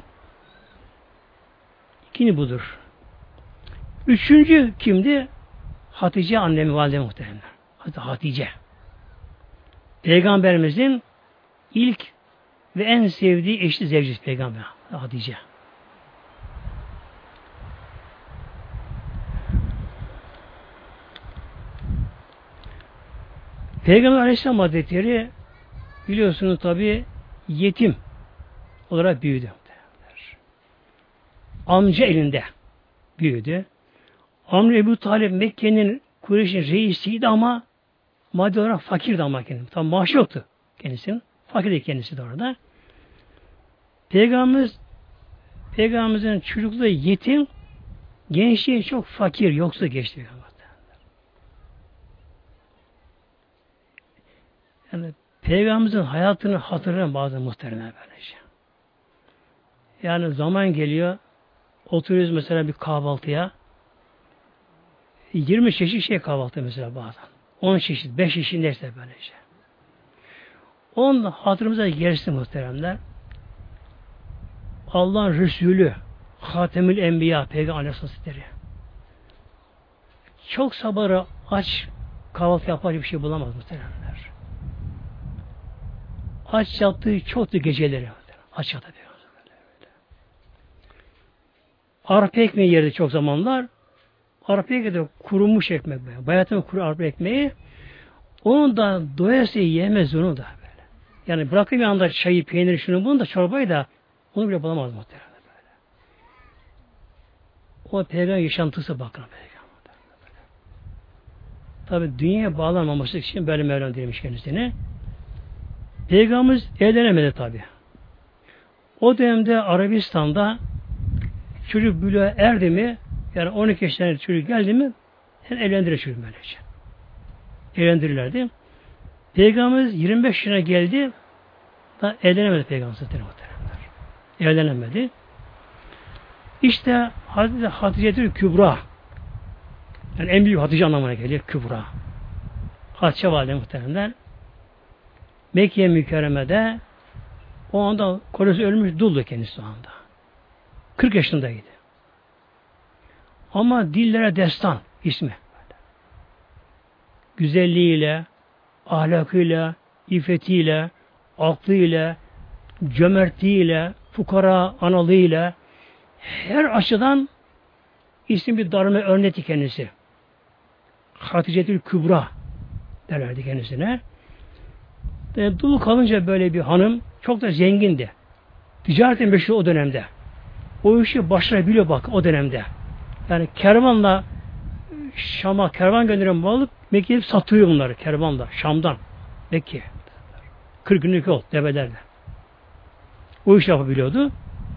İkinci budur. Üçüncü kimdi? Hatice annemi valide muhteremler. Hatice. Peygamberimizin ilk ve en sevdiği eşli zevcisi peygamber. Hatice. Peygamber Aleyhisselam Hazretleri biliyorsunuz tabi yetim olarak büyüdü. Amca elinde büyüdü. Amca Ebu Talib Mekke'nin Kureyş'in reisiydi ama maddi olarak fakirdi ama kendisi. Tam maaşı yoktu kendisinin. Fakirdi kendisi de orada. Peygamberimiz Peygamberimizin çocukluğu yetim, gençliği çok fakir, yoksul geçti. Yani Peygamberimizin hayatını hatırlayan bazı muhteremler böylece. Yani zaman geliyor, oturuyoruz mesela bir kahvaltıya, yirmi çeşit şey kahvaltı mesela bazen. on çeşit, beş çeşit neyse böylece. Onun hatırımıza gelsin muhteremler. Allah'ın Resulü, Hatemül Enbiya, Peygamber Aleyhisselatü çok sabırı aç kahvaltı yapar bir şey bulamaz muhteremler. Aç yattığı çoktu geceleri. Aç yattı. Arpa ekmeği yerdi çok zamanlar. Arpa ekmeği de kurumuş ekmek böyle. Bayatın kuru arpa ekmeği. Onu da doyasıya yemez onu da böyle. Yani bırakayım yanında çayı, peyniri, şunu bunu da çorbayı da onu bile bulamaz muhtemelen böyle. O peygamber yaşantısı bakın peygamber. Tabi dünyaya bağlanmaması için böyle Mevlam demiş kendisine. Peygamberimiz evlenemedi tabi. O dönemde Arabistan'da çocuk buluğa erdi mi, yani on iki yaşlarında çocuk geldi mi, hem evlendirir çocuk böylece. Evlendirirlerdi. Peygamberimiz yirmi beş yaşına geldi, da evlenemedi Peygamberimiz. Evlenemedi. İşte Hazreti Hatice-tül Kübra, yani en büyük Hatice anlamına geliyor Kübra. Hatice valide muhteremler Mekke mükerremede o anda kocası ölmüş, duldu kendisi o anda. kırk yaşındaydı. Ama dillere destan ismi. Güzelliğiyle, ahlakıyla, iffetiyle, aklıyla, cömertliğiyle, fukara analığıyla her açıdan isim bir darma örneği kendisi. Hatice-tül Kübra derlerdi kendisine. E, dul kalınca böyle bir hanım çok da zengindi. Ticaretin meşhur o dönemde. O işi başarabiliyor bak o dönemde. Yani kervanla Şam'a kervan gönderen malı Mekke'ye satıyor bunları kervanla Şam'dan Mekke. kırk günlük yol develerle. O iş yapabiliyordu.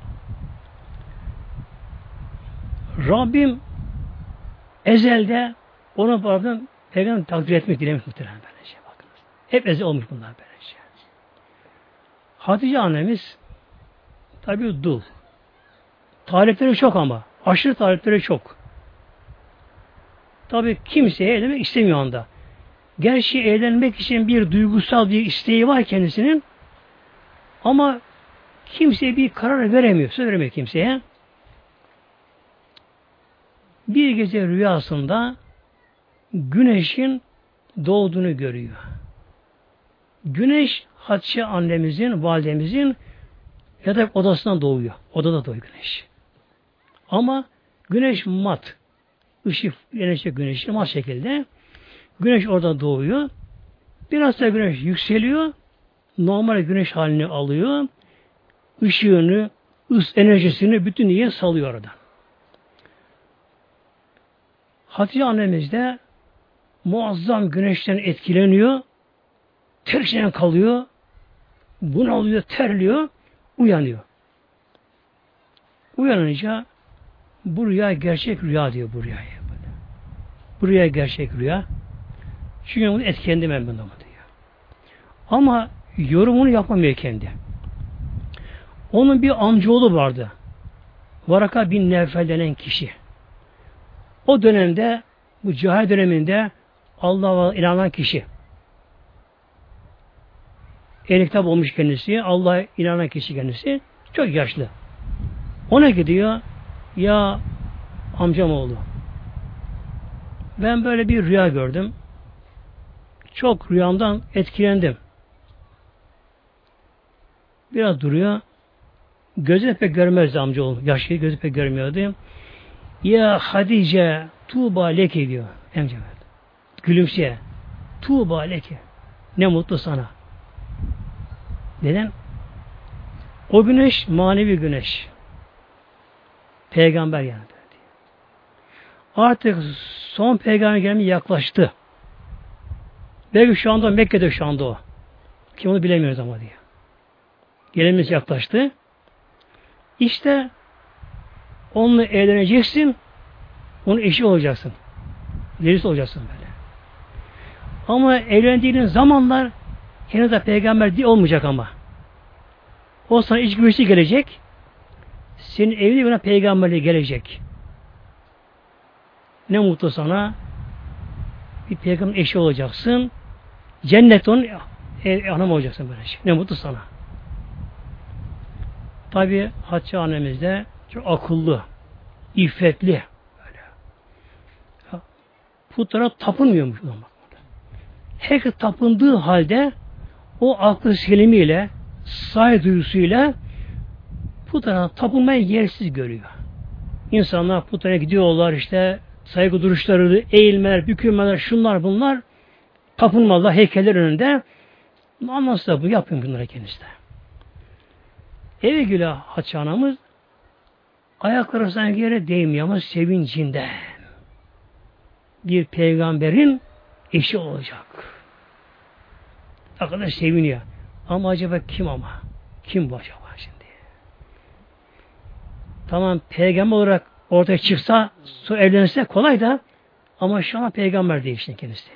Rabbim ezelde ona pardon peygamber takdir etmek dilemiş muhtemelen böylece bakınız. Hep ezel olmuş bunlar böylece. Hatice annemiz tabi dul. Talipleri çok ama. Aşırı talipleri çok. Tabi kimseye evlenmek istemiyor anda. Gerçi evlenmek için bir duygusal bir isteği var kendisinin. Ama kimseye bir karar veremiyor. Söz veremiyor kimseye. Bir gece rüyasında güneşin doğduğunu görüyor. Güneş Hatice annemizin, validemizin yatak odasından doğuyor. Odada doğuyor güneş. Ama güneş mat. Işık, güneşe güneş mat şekilde. Güneş orada doğuyor. Biraz da güneş yükseliyor. Normal güneş halini alıyor. Işığını, ıs enerjisini bütün diye salıyor orada. Hatice annemiz de muazzam güneşten etkileniyor. Tersinden kalıyor. Bunalıyor, terliyor. Uyanıyor. Uyanınca bu rüya gerçek rüya diyor bu rüyaya. Bu rüya gerçek rüya. Çünkü bunu etkilendi ben bundan diyor. Ama yorumunu yapamıyor kendi. Onun bir amcaoğlu vardı. Varaka bin Nevfel denen kişi. O dönemde, bu cahil döneminde Allah'a inanan kişi. Ehli kitap olmuş kendisi, Allah'a inanan kişi kendisi. Çok yaşlı. Ona gidiyor, ya amcam oğlu. Ben böyle bir rüya gördüm. Çok rüyamdan etkilendim. Biraz duruyor. Gözü pek görmezdi amcaoğlu. Yaşlı gözü pek görmüyordu. Ya Hatice Tuğba leke diyor. Amca. Gülümseye. Tuğba leke. Ne mutlu sana. Neden? O güneş manevi güneş. Peygamber yani. Artık son peygamber gelmeye yaklaştı. Belki şu anda Mekke'de şu anda o. Kim onu bilemiyoruz ama diyor. Gelimiz yaklaştı. İşte onunla evleneceksin. Onun eşi olacaksın. Delisi olacaksın böyle. Ama evlendiğin zamanlar henüz de peygamber değil olmayacak ama. O sana iç güvesi gelecek. Senin evine buna peygamberliği gelecek. Ne mutlu sana. Bir peygamber eşi olacaksın. Cennet onun ev, hanım olacaksın böyle şey. Ne mutlu sana. Tabi Hatice annemiz de çok akıllı, iffetli. Böyle. Putlara tapınmıyormuş. Herkes tapındığı halde o aklı selimiyle, saygı duyusuyla putlara tapınmayı yersiz görüyor. İnsanlar putlara gidiyorlar işte saygı duruşları, eğilmeler, bükülmeler, şunlar bunlar tapınmalar heykeller önünde. Anlasın da bu yapın bunları kendisi de. Eve güle Hatice anamız ayakları sanki yere değmiyor ama sevincinden. Bir peygamberin eşi olacak. Ne kadar seviniyor. Ama acaba kim ama? Kim bu acaba şimdi? Tamam peygamber olarak ortaya çıksa, sonra evlenirse kolay da ama şu an peygamber değil işte kendisi.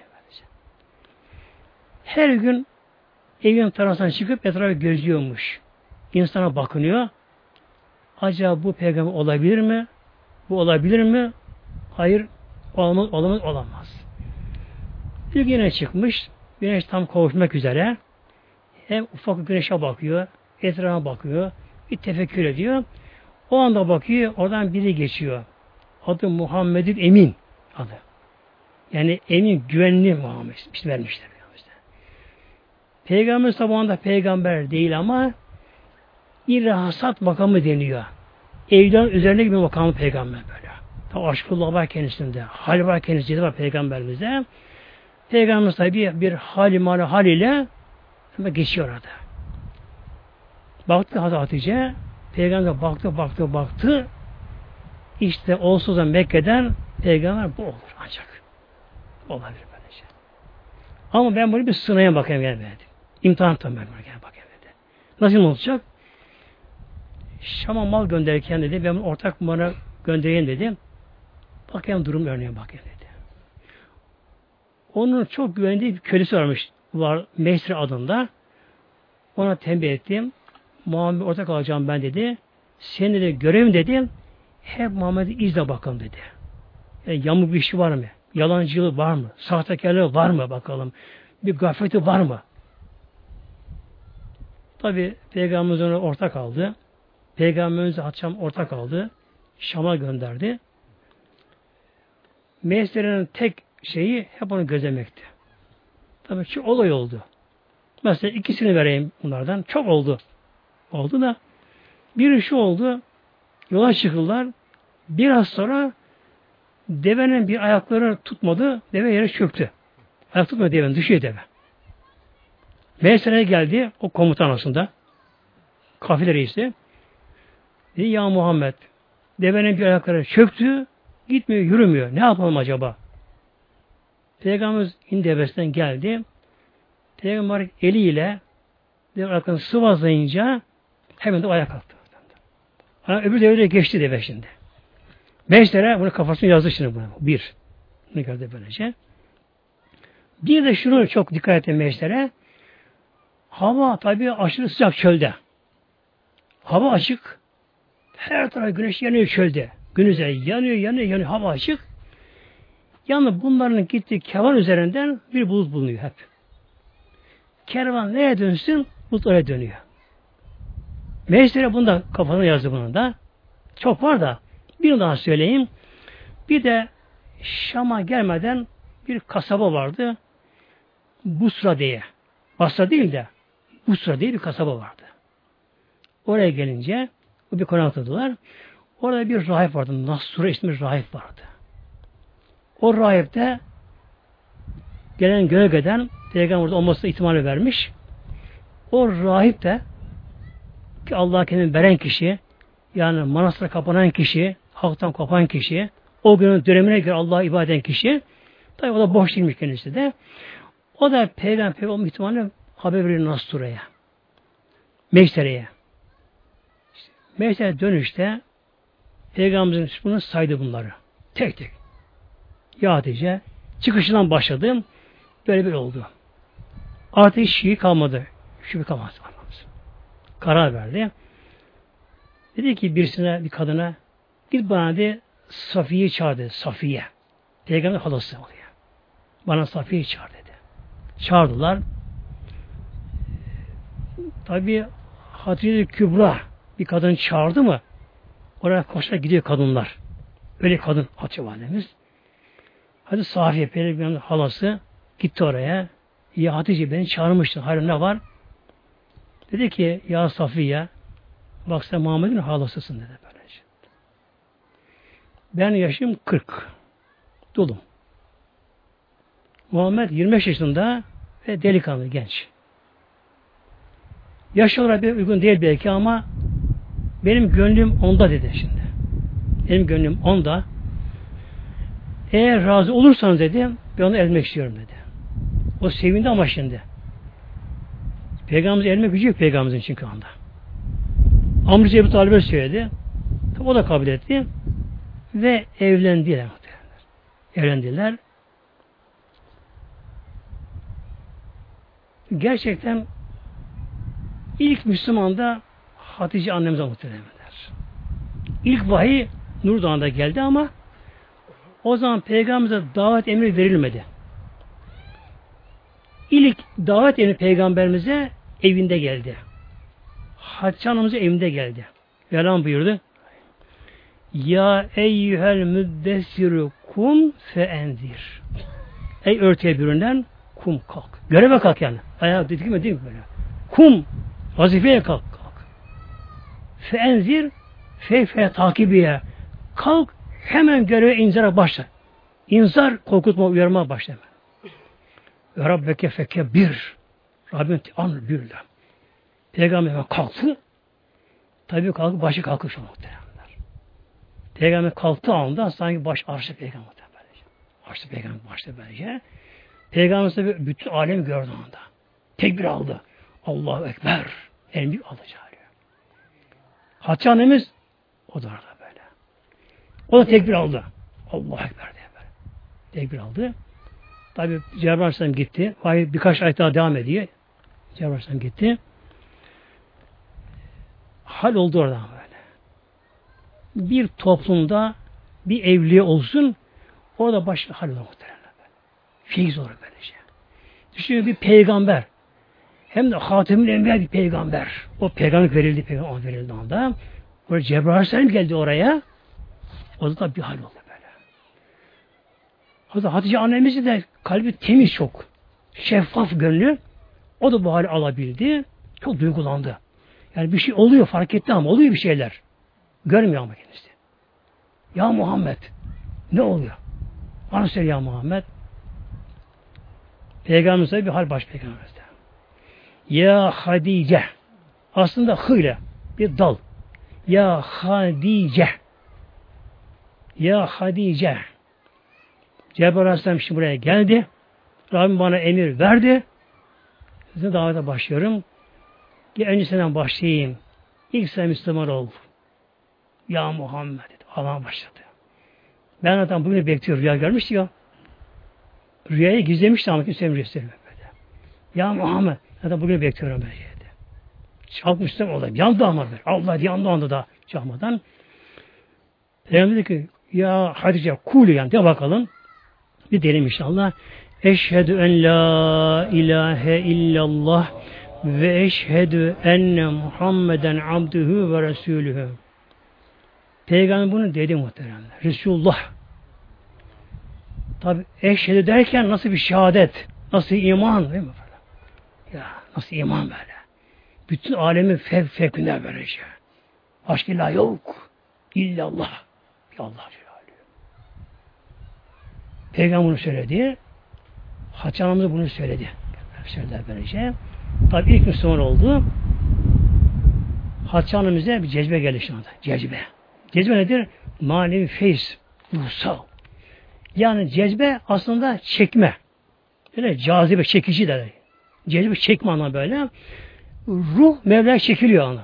Her gün evin tarafından çıkıp etrafı gözlüyormuş. İnsana bakınıyor. Acaba bu peygamber olabilir mi? Bu olabilir mi? Hayır. Olamaz, olamaz, olamaz. Bir güne çıkmış. Güneş tam kavuşmak üzere. Hem ufak güneşe bakıyor. Etrafa bakıyor. Bir tefekkür ediyor. O anda bakıyor. Oradan biri geçiyor. Adı Muhammed'in Emin. Adı. Yani emin, güvenli Muhammed. İşte vermişler. Peygamber sabahında peygamber değil ama irhasat makamı deniyor. Evliyanın üzerine gibi makamı peygamber böyle. Tabi aşkullah var kendisinde. Hal var kendisinde var peygamberimizde. Peygamber sahibi bir hali mali hal ile geçiyor orada. Baktı Hazreti Hatice, peygamber baktı baktı baktı. İşte onsuz da Mekke'den peygamber bu olur ancak. Olabilir böyle şey. Ama ben bunu bir sınaya bakayım gelmedi. İmtihan tanımaya bakayım dedi. Nasıl olacak? Şam'a mal gönderirken dedi, ben ortak bana göndereyim dedi. Bakayım durum örneğine bakayım dedi. Onun çok güvendiği bir kölesi varmış. Var Mesri adında. Ona tembih ettim. Muhammed ortak alacağım ben dedi. Senin de görevim dedim. Hep Muhammed'i izle bakalım dedi. Yani yamuk bir işi var mı? Yalancılığı var mı? Sahtekarlığı var mı bakalım? Bir gafleti var mı? Tabi Peygamberimiz ona ortak aldı. Peygamberimiz Hatice'm ortak aldı. Şam'a gönderdi. Mesleğinin tek şeyi hep onu gözlemekti. Tabii ki olay oldu. Mesela ikisini vereyim bunlardan. Çok oldu. Oldu da biri şu oldu. Yola çıktılar. Biraz sonra devenin bir ayakları tutmadı. Deve yere çöktü. Ayak tutmadı devenin. Düşüyor deve. Mesleğine geldi. O komutan aslında. Kafile reisi. Dedi ya Muhammed devenin bir ayakları çöktü. Gitmiyor, yürümüyor. Ne yapalım acaba? Peygamberimiz indi devesinden geldi. Peygamber eliyle deve ayaklarını sıvazlayınca hemen de ayak kalktı. Ha, öbür devre geçti deve şimdi. Beşlere bunu kafasını yazdı şimdi buna. Bir. Ne geldi böylece. Bir de şunu çok dikkat edin meşlere. Hava tabii aşırı sıcak çölde. Hava açık. Her taraf güneş yanıyor çölde. Gündüz yanıyor, yanıyor, yanıyor. Hava açık. Yalnız bunların gittiği kervan üzerinden bir bulut bulunuyor hep. Kervan nereye dönsün? Bulut oraya dönüyor. Meclisleri bunda kafasına yazdı bunun da. Çok var da bir daha söyleyeyim. Bir de Şam'a gelmeden bir kasaba vardı. Busra diye. Basra değil de Busra diye bir kasaba vardı. Oraya gelince o bir konakladılar. Orada bir rahip vardı. Nasura ismi bir rahip vardı. O rahip de gelen gölgeden Peygamber'de olmasına ihtimali vermiş. O rahip de ki Allah'a kendini veren kişi, yani manastıra kapanan kişi, halktan kopan kişi, o günün dönemine göre Allah'a ibadet eden kişi, tabi o da boş değilmiş kendisi de. O da peygamber peygamber olma ihtimalle haber verir Nastura'ya. Meclise'ye. İşte, Meclise'ye dönüşte Peygamberimizin bunu saydı bunları. Tek tek. Ya Hatice, çıkışından başladım. Böyle bir oldu. Artık hiç şey kalmadı. Şüphe kalmadı. Karar verdi. Dedi ki birisine, bir kadına git bana de Safiye'yi çağır dedi. Safiye. Peygamber halası oluyor. Bana Safiye'yi çağır dedi. Çağırdılar. Tabi Hatice Kübra bir kadın çağırdı mı oraya koşarak gidiyor kadınlar. Öyle kadın Hatice validemiz. Hadi Safiye Peygamber'in halası gitti oraya. Ya Hatice beni çağırmıştın. Hayır ne var? Dedi ki ya Safiye bak sen Muhammed'in halasısın dedi böylece. Ben yaşım kırk. Dolum. Muhammed yirmi beş yaşında ve delikanlı, genç. Yaş olarak bir uygun değil belki ama benim gönlüm onda dedi şimdi. Benim gönlüm onda. Eğer razı olursanız dedi, ben onu elmek istiyorum dedi. O sevindi ama şimdi. Peygamberimizin elme gücü yok Peygamberimizin çünkü anda. Amcası Ebu Talib'e söyledi. O da kabul etti. Ve evlendiler. Evlendiler. Gerçekten ilk Müslüman'da Hatice annemize muhtemelenler. İlk vahiy Nur Dağı'nda geldi ama o zaman Peygamberimize davet emri verilmedi. İlk davet emri Peygamberimize evinde geldi. Hatice annemize evinde geldi. Velan buyurdu. Ya eyyühel müddessiru kum fe enzir. Ey örtüye bürünen kum kalk. Göreve kalk yani. Ayağı dedik mi değil mi böyle? Kum. Vazifeye kalk. Kalk. Fe enzir fe fe takibiye. Kalk hemen göreve inzara başla. İnzar korkutma, uyarma başla hemen. Ve Rabbeke feke bir. Rabbim an birle. Peygamber hemen kalktı. Tabii kalkıp başı kalkmış o muhteremler. Peygamber kalktığı anda sanki baş arşı peygamber. Arşı peygamber başta böylece. Peygamber bütün alemi gördü anda. Tekbir aldı. Allahu Ekber. En büyük alacağı. Hatice annemiz o da orada böyle. O da tekbir aldı. Allahu Ekber diye böyle. Tekbir aldı. Tabi Cebrail Aleyhisselam gitti. Vay birkaç ay daha devam ediyor. Cebrail Aleyhisselam gitti. Hal oldu oradan böyle. Bir toplumda bir evliye olsun, orada başka hal olur muhtemelen. Fiiz olur böylece. Düşünün bir peygamber. Hem de Hatemül Enbiya bir peygamber. O peygamber verildi, peygamber verildi anda. Orada Cebrail Aleyhisselam geldi oraya. O da bir hal oldu böyle. Hatta Hatice annemiz de kalbi temiz çok. Şeffaf gönlü. O da bu hali alabildi. Çok duygulandı. Yani bir şey oluyor, fark etti ama oluyor bir şeyler. Görmüyor ama kendisi. Ya Muhammed, ne oluyor? Bana söyle ya Muhammed. Peygamberimize bir hal baş peygamberimizde. Ya Hadice. Aslında hı ile bir dal. Ya Hadice. Ya Hadice. Cebrail Aleyhisselam şimdi buraya geldi. Rabbim bana emir verdi. Size davete başlıyorum. Önce senden başlayayım. İlk sen Müslüman ol. Ya Muhammed dedi. Allah'a başladı. Ben zaten bugünü bekliyorum. Rüya görmüştü ya. Rüyayı gizlemişti ama kimseye göstermiyor böyle. Ya Muhammed zaten bugünü bekliyorum ben dedi. Çalmıştım o da. Yandı ama böyle. Allah yandı anda da çalmadan. Peygamber dedi ki ya Hatice kulü yani de bakalım. Bir derim inşallah. Eşhedü en la ilahe illallah ve eşhedü enne Muhammeden abdühü ve resulühü. Peygamber bunu dedi muhteremler. Resulullah. Tabi eşhedü derken nasıl bir şehadet, nasıl iman değil mi? Ya nasıl iman böyle. Bütün alemin fev fevkinde böylece. Başka ilah yok. İllallah. Bir Allah Celaluhu. Peygamber bunu söyledi. Hatice anamız bunu söyledi. Söylediler böylece. Tabi ilk Müslüman oldu. Hatice anamıza bir cezbe geldi şu anda. Cezbe. Cezbe nedir? Manevi feyiz. Ruhsal. Yani cezbe aslında çekme. Böyle cazibe, çekici der. Cezbe çekme anlamı böyle. Ruh Mevla'ya çekiliyor anlamı.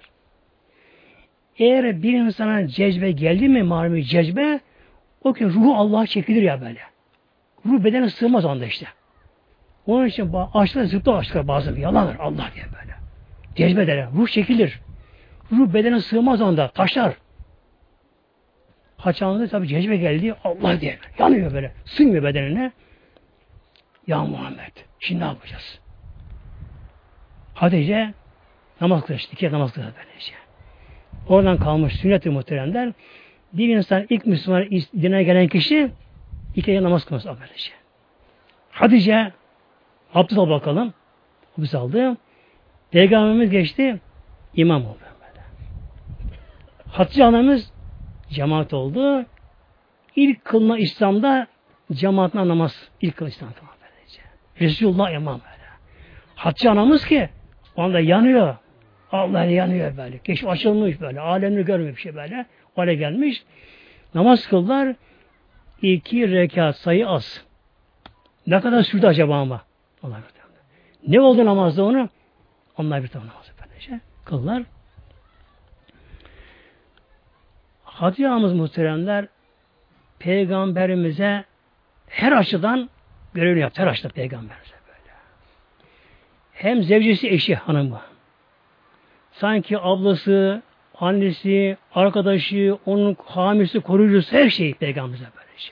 Eğer bir insana cezbe geldi mi manevi cezbe, o ki ruhu Allah'a çekilir ya böyle. Ruh bedene sığmaz anda işte. Onun için aşklar zıplar aşklar bazen yalanır Allah diye böyle. Cezbe derler. Ruh çekilir. Ruh bedene sığmaz anda taşlar. Haçanlı'da tabi cezbe geldi Allah diye. Yanıyor böyle. Sığmıyor bedenine. Ya Muhammed. Şimdi ne yapacağız? Hatice namaz kılıyor. İki kere namaz kılıyor böylece. Oradan kalmış sünnet-i muhteremler. Bir insan ilk Müslüman dine gelen kişi iki kere namaz kılması böylece. Hatice abdest al bakalım. Abdest aldı. Peygamberimiz geçti. İmam oldu böyle. Hatice anamız cemaat oldu. İlk kılınan İslam'da cemaatine namaz. İlk kılınan İslam'da. Resulullah imam böyle. Hatice anamız ki onda yanıyor. Allah yanıyor böyle. Keşif açılmış böyle. Alemini görmüyor bir şey böyle. Öyle gelmiş. Namaz kıldılar. İki rekat sayı az. Ne kadar sürdü acaba ama? Allah ne oldu namazda onu? Onlar bir tane namazı böylece kıldılar. Hatice anamız muhteremler Peygamberimize her açıdan görevini yaptı. Her açıdan Peygamberimize böyle. Hem zevcesi eşi hanımı. Sanki ablası, annesi, arkadaşı, onun hamisi, koruyucusu her şey Peygamberimize böylece.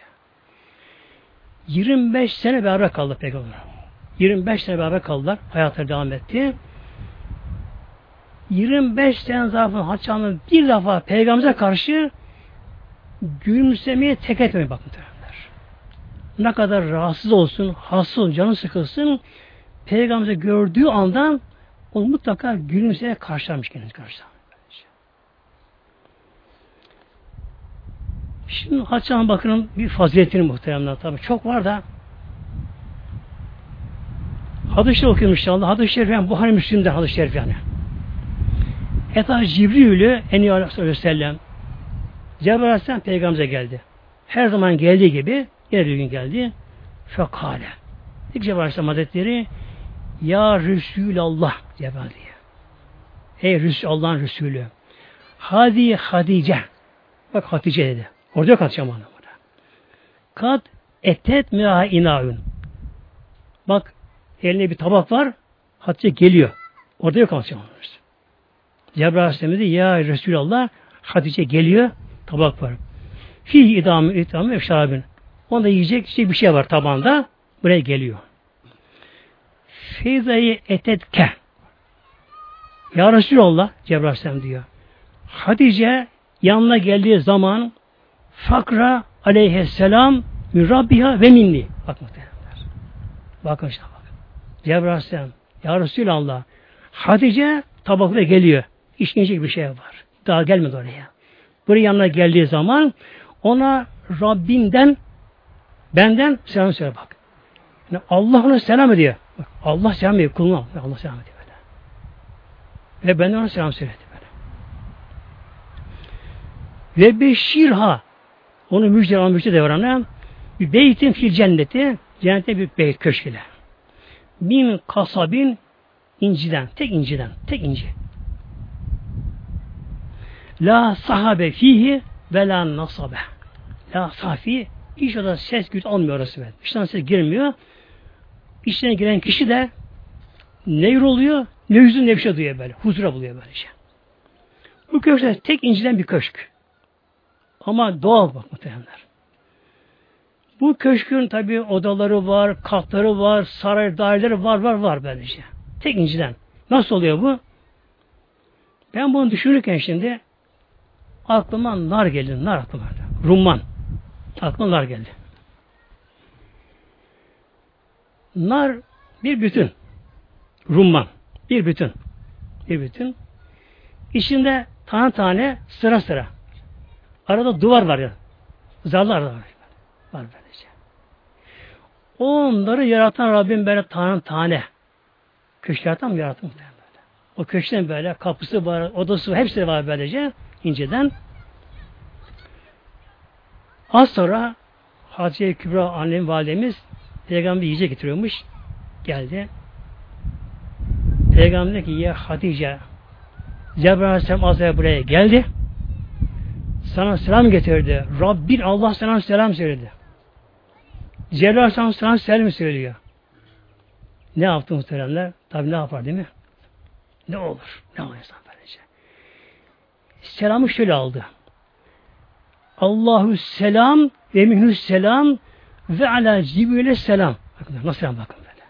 yirmi beş sene beraber kaldı Peygamber. yirmi beş sene beraber kaldılar. Hayatları devam etti. yirmi beş sene zarfında Hatice Hanım bir defa Peygamberimize karşı gülümsemeye tek etmeyi bakın. Ne kadar rahatsız olsun, hassız olsun, canı sıkılsın, Peygamber'i gördüğü andan onu mutlaka gülümseyerek karşılarmış kendisi karşılarmış. Şimdi Hatice Hanım bakın bir faziletini muhteremler tabi çok var da hadis-i şerif okuyorum inşallah. Hadis-i şerif yani Buhari Müslim'den hadis-i şerif yani. Eta Cibril'ü en iyi aleyhisselatü vesselam Cebrail Aleyhisselam Peygamber'e geldi. Her zaman geldiği gibi yine bir gün geldi. Fekale. İlk Cebrail Aleyhisselam Hazretleri Ya Resulallah Cebrail diye. Ey Resul Allah'ın Resulü. Hadi Hatice. Bak Hatice dedi. Orada yok Hatice manamada. Kad etet miha inaun. Bak eline bir tabak var. Hatice geliyor. Orada yok Hatice manamada. Cebrail Aleyhisselam dedi Ya Resulallah Hatice geliyor. Tabak var. Fi idamı idamı efşarabın. Onda yiyecek şey bir şey var tabanda. Buraya geliyor. Feyzayı etetke. Ya Resulallah Cebrail Aleyhisselam diyor. Hatice yanına geldiği zaman fakra aleyhisselam min Rabbiha ve minni. Bak muhtemelenler. Bakın işte bakın. Cebrail Aleyhisselam Ya Resulallah Hatice tabakla geliyor. İşkence bir şey var. Daha gelmedi oraya. Buraya yanına geldiği zaman ona Rabbinden benden selam söyle bak. Yani Allah ona selam ediyor. Bak, Allah selam ediyor. Kuluna Allah selam ediyor böyle. Ve benden ona selam söyledi böyle. Ve beşirha onu müjde alan müjde devrana bir beytin fil cenneti cennette bir beyt köşk ile. Bin kasabin inciden. Tek inciden. Tek inci. La sahabe fihi ve la nasabe. La safi iş orada ses güç almıyor orası. İçten ses girmiyor. İçine giren kişi de ne oluyor? Ne hüzün ne bir şey duyuyor böyle. Huzura buluyor böylece. Bu köşkte tek inciden bir köşk. Ama doğal bak muhtemelenler. Bu köşkün tabi odaları var, katları var, saray daireleri var var var böylece. Tek inciden. Nasıl oluyor bu? Ben bunu düşünürken şimdi aklıma nar geldi. Nar aklıma geldi. Rumman. Aklıma nar geldi. Nar bir bütün. Rumman. Bir bütün. Bir bütün. İçinde tane tane sıra sıra. Arada duvar var ya. Zarlar var. Var böylece. Onları yaratan Rabbim böyle tane tane. Köşk yaratan mı yarattı muhtemelen böyle. O köşkten böyle kapısı var, odası var, hepsi var böylece inceden. Az sonra Hatice Kübra annem validemiz Peygamber yiyecek getiriyormuş. Geldi. Peygamber dedi ki ya Hatice Cebrail Aleyhisselam Azrail buraya geldi. Sana selam getirdi. Rabbin Allah sana selam söyledi. Cebrail Aleyhisselam sana selam söylüyor. Ne yaptı muhteremler? Tabi ne yapar değil mi? Ne olur? Ne olur insan böylece? Selamı şöyle aldı. Allahu selam ve minhü selam ve ala Cibril'e selam. Bakın nasıl selam bakın böyle.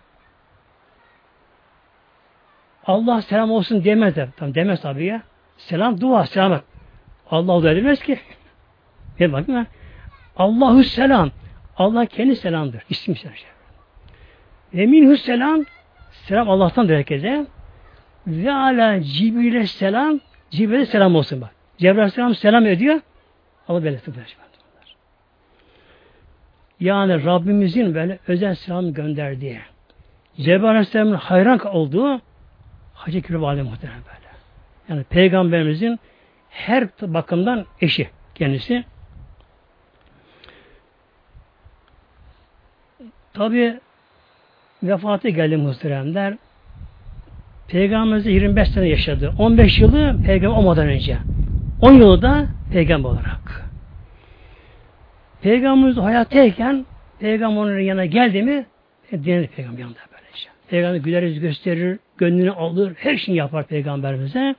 Allah selam olsun demez de. Tamam demez tabi ya. Selam dua selam. Allah da demez ki. Ne bakın ya. Allahu selam. Allah kendi selamdır. İsmi selam. Ve minhü selam. Selam Allah'tandır herkese. Ve ala Cibril'e selam. Cibril'e selam olsun bak. Cebrail selam selam ediyor. Allah belirtti. Yani Rabbimizin böyle özel selam gönderdiği, Cebrail Aleyhisselam'ın hayran olduğu Hatice Kübra Valide muhtemelen böyle. Yani Peygamberimizin her bakımdan eşi kendisi. Tabi vefatı geldi muhteremler. Peygamberimiz yirmi beş sene yaşadı. on beş yılı peygamber olmadan önce. on yılı da peygamber olarak. Peygamberimiz hayattayken peygamberin yanına geldi mi dinlenir peygamber yanında böylece. Peygamber güler yüz gösterir, gönlünü alır, her şeyi yapar peygamberimize.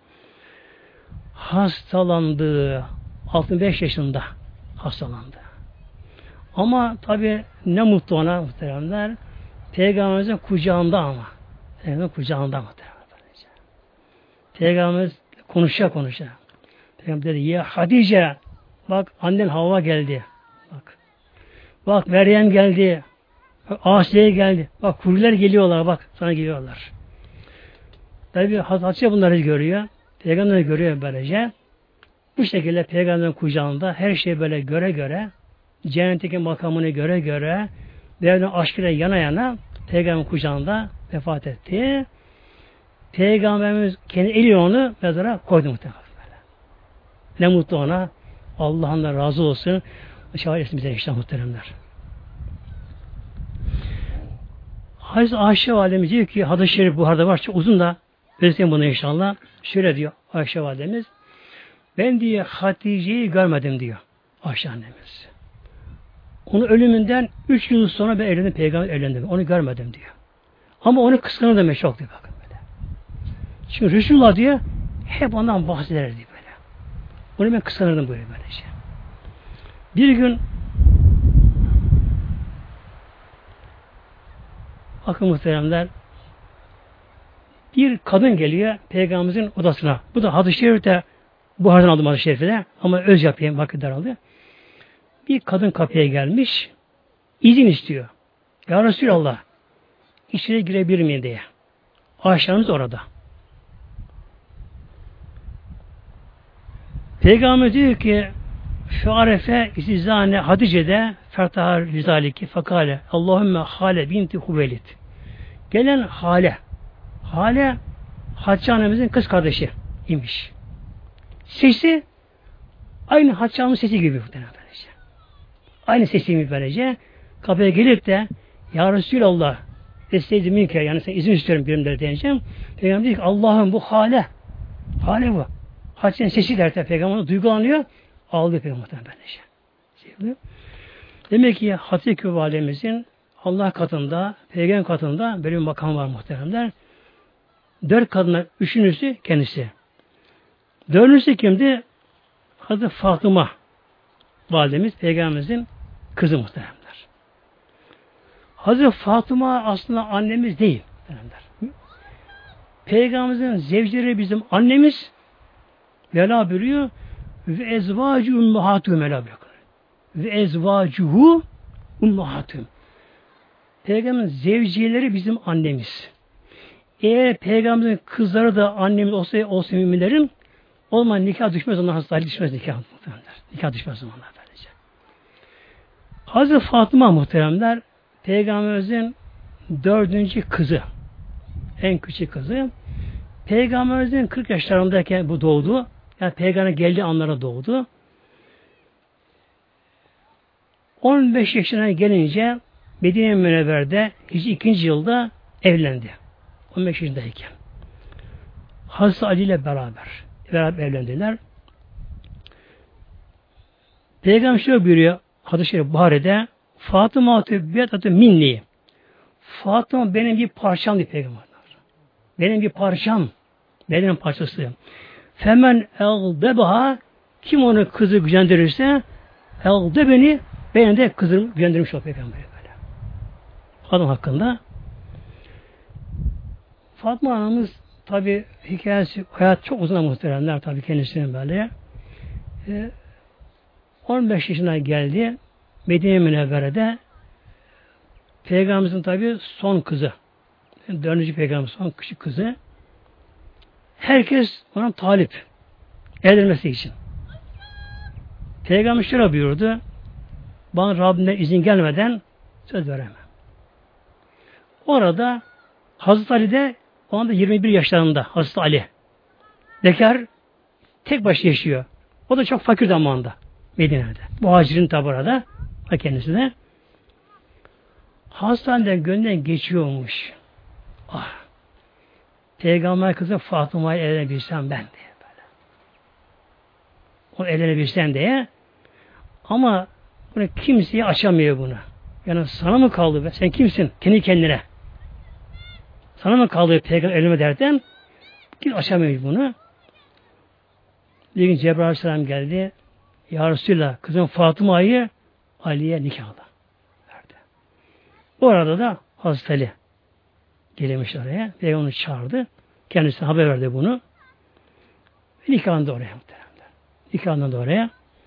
Hastalandı. altmış beş yaşında hastalandı. Ama tabi ne mutlu ona muhteremler. Peygamberimizin kucağında ama. Peygamberimizin kucağında muhteremler. Peygamberimiz konuşa konuşa. Peygamber dedi ya Hatice bak annen Havva geldi. Bak. Bak Meryem geldi. Bak Asiye geldi. Bak huriler geliyorlar bak sana geliyorlar. Tabi Hatice bunları görüyor. Peygamber de görüyor böylece. Bu şekilde Peygamberin kucağında her şeyi böyle göre göre cennetteki makamını göre göre Peygamberin aşkıyla yana yana Peygamberin kucağında vefat etti. Peygamberimiz kendi eliyle onu mezara koydu muhtemelen. Ne mutlu ona. Allah'ın da razı olsun. Şahit bize işte muhteremler. Hazreti Ayşe Validemiz diyor ki hadis-i şerif Buhar'da var. Çok uzun da özeteyim bunu inşallah. Şöyle diyor Ayşe Validemiz. Ben diye Hatice'yi görmedim diyor Ayşe annemiz. Onun ölümünden üç yıl sonra ben evlendim, peygamber evlendim. Onu görmedim diyor. Ama onu kıskanır demek çok diyor bakın böyle. Çünkü Resulullah diyor hep ondan bahsederdi böyle. Onu ben kıskanırdım böyle böylece. Bir gün bakın muhteremler bir kadın geliyor Peygamberimizin odasına. Bu da hadis-i şerifte Buhar'dan aldım hadis-i şerifte ama öz yapayım vakit daraldı. Bir kadın kapıya gelmiş izin istiyor. Ya Resulallah içeri girebilir miyim diye. Ayşe'miz orada. Peygamber diyor ki şu arefe istizane Hatice'de fertahar rizaliki fakale Allahümme Hale binti Huvelid. Gelen Hale. Hale Hatice annemizin kız kardeşi imiş. Sesi aynı Hatice annemizin sesi gibi böylece. Aynı sesi gibi böylece. Kapıya gelip de Ya Resulallah esteydi minke yani sen izin istiyorum birimleri diyeceğim. Peygamber diyor ki Allah'ım bu Hale. Hale bu. Hatice'nin sesi derken Peygamber duygulanıyor. Ağlıyor Peygamber böylece. Demek ki Hatice Kübra Validemizin Allah katında, Peygamber katında böyle bir makam var muhteremler. Dört kadınlar, üçüncüsü kendisi. Dördüncüsü kimdi? Hazreti Fatıma Validemiz, Peygamberimizin kızı muhteremler. Hazreti Fatıma aslında annemiz değil. Muhteremler. Peygamberimizin zevcileri bizim annemiz. Mevla buyuruyor ve ezvacu ummahatü Mevla buyuruyor. Ve ezvacuhu ummahatüm. Peygamberin zevcileri bizim annemiz. Eğer Peygamberin kızları da annemiz olsa, olsa müminlerin o zaman nikah düşmez, onlar hastayla düşmez nikah. Nikah düşmez onlar böylece. Hazreti Fatıma muhteremler Peygamberimizin dördüncü kızı. En küçük kızı. Peygamberimizin kırk yaşlarındayken bu doğdu. Yani Peygamber geldiği anlara doğdu. on beş yaşına gelince Medine-i Münevver'de Hicri ikinci yılda evlendi. on beş yaşındayken. Hazreti Ali ile beraber. Beraber evlendiler. Peygamber şöyle buyuruyor hadis-i şerif Buhari'de Fatıma tübbiyat minni. Fatıma benim bir parçam diye Peygamber. Benim bir parçam. Benim parçası. Femen eldebaha kim onu kızı gücendirirse elde beni benim de kızım gücendirmiş o Peygamber böyle. Kadın hakkında. Fatma anamız tabi hikayesi hayat çok uzun muhteremler tabi kendisinin böyle. Ee, on beş yaşına geldi. Medine-i Münevvere'de Peygamberimizin tabi son kızı. Dördüncü Peygamber son küçük kızı. Herkes ona talip. Evlenmesi için. Peygamber şöyle buyurdu. bana Rabbimden izin gelmeden söz veremem. Orada Hazreti Ali de o anda yirmi bir yaşlarında Hazreti Ali. Bekar tek başına yaşıyor. O da çok fakir zamanında Medine'de. Muhacirin tabi orada kendisi de. Hastaneden gönlünden geçiyormuş. Ah, Peygamber kızı Fatıma'yı evlenebilsem ben diye böyle. O evlenebilsem diye. Ama bunu kimseye açamıyor bunu. Yani sana mı kaldı be? Sen kimsin? Kendi kendine. Sana mı kaldı Peygamber evlenme derken? Kim açamıyor bunu? Bir gün Cebrail Aleyhisselam geldi. Ya Resulallah, kızım Fatıma'yı Ali'ye nikahla verdi. Bu arada da Hazreti Ali gelmiş oraya. Peygamber onu çağırdı. Kendisine haber verdi bunu. Nikahını da oraya muhteremler. Nikahını da oraya.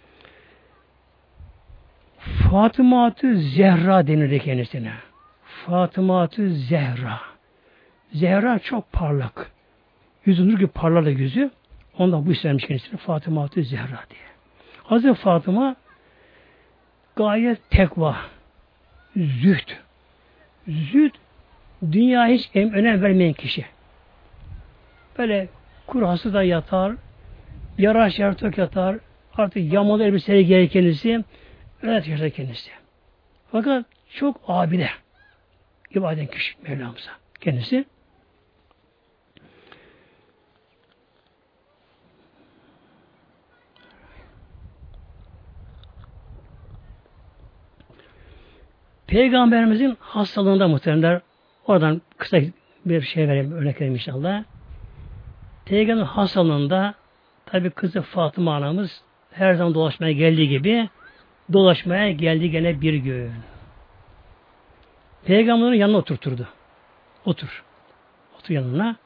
Fatıma-tü Zehra denirdi kendisine. Fatıma-tü Zehra. Zehra çok parlak. Yüzü nur gibi parlar da yüzü. Ondan bu istenmiş kendisine Fatıma-tü Zehra diye. Hazreti Fatıma gayet tekva, zühd. Zühd dünya hiç önem vermeyen kişi. Böyle kurası da yatar, yaraş yartık yatar, artık yamalı elbiseleri giyer kendisi, öyle yaşar kendisi. Fakat çok abide, ibadet kişi Mevlamıza kendisi. Peygamberimizin hastalığında muhteremler, oradan kısa bir şey vereyim, örnek vereyim inşallah. Peygamberin hastalığında tabi kızı Fatıma anamız her zaman dolaşmaya geldiği gibi dolaşmaya geldi gene bir gün. Peygamberin yanına oturturdu. Otur. Otur yanına.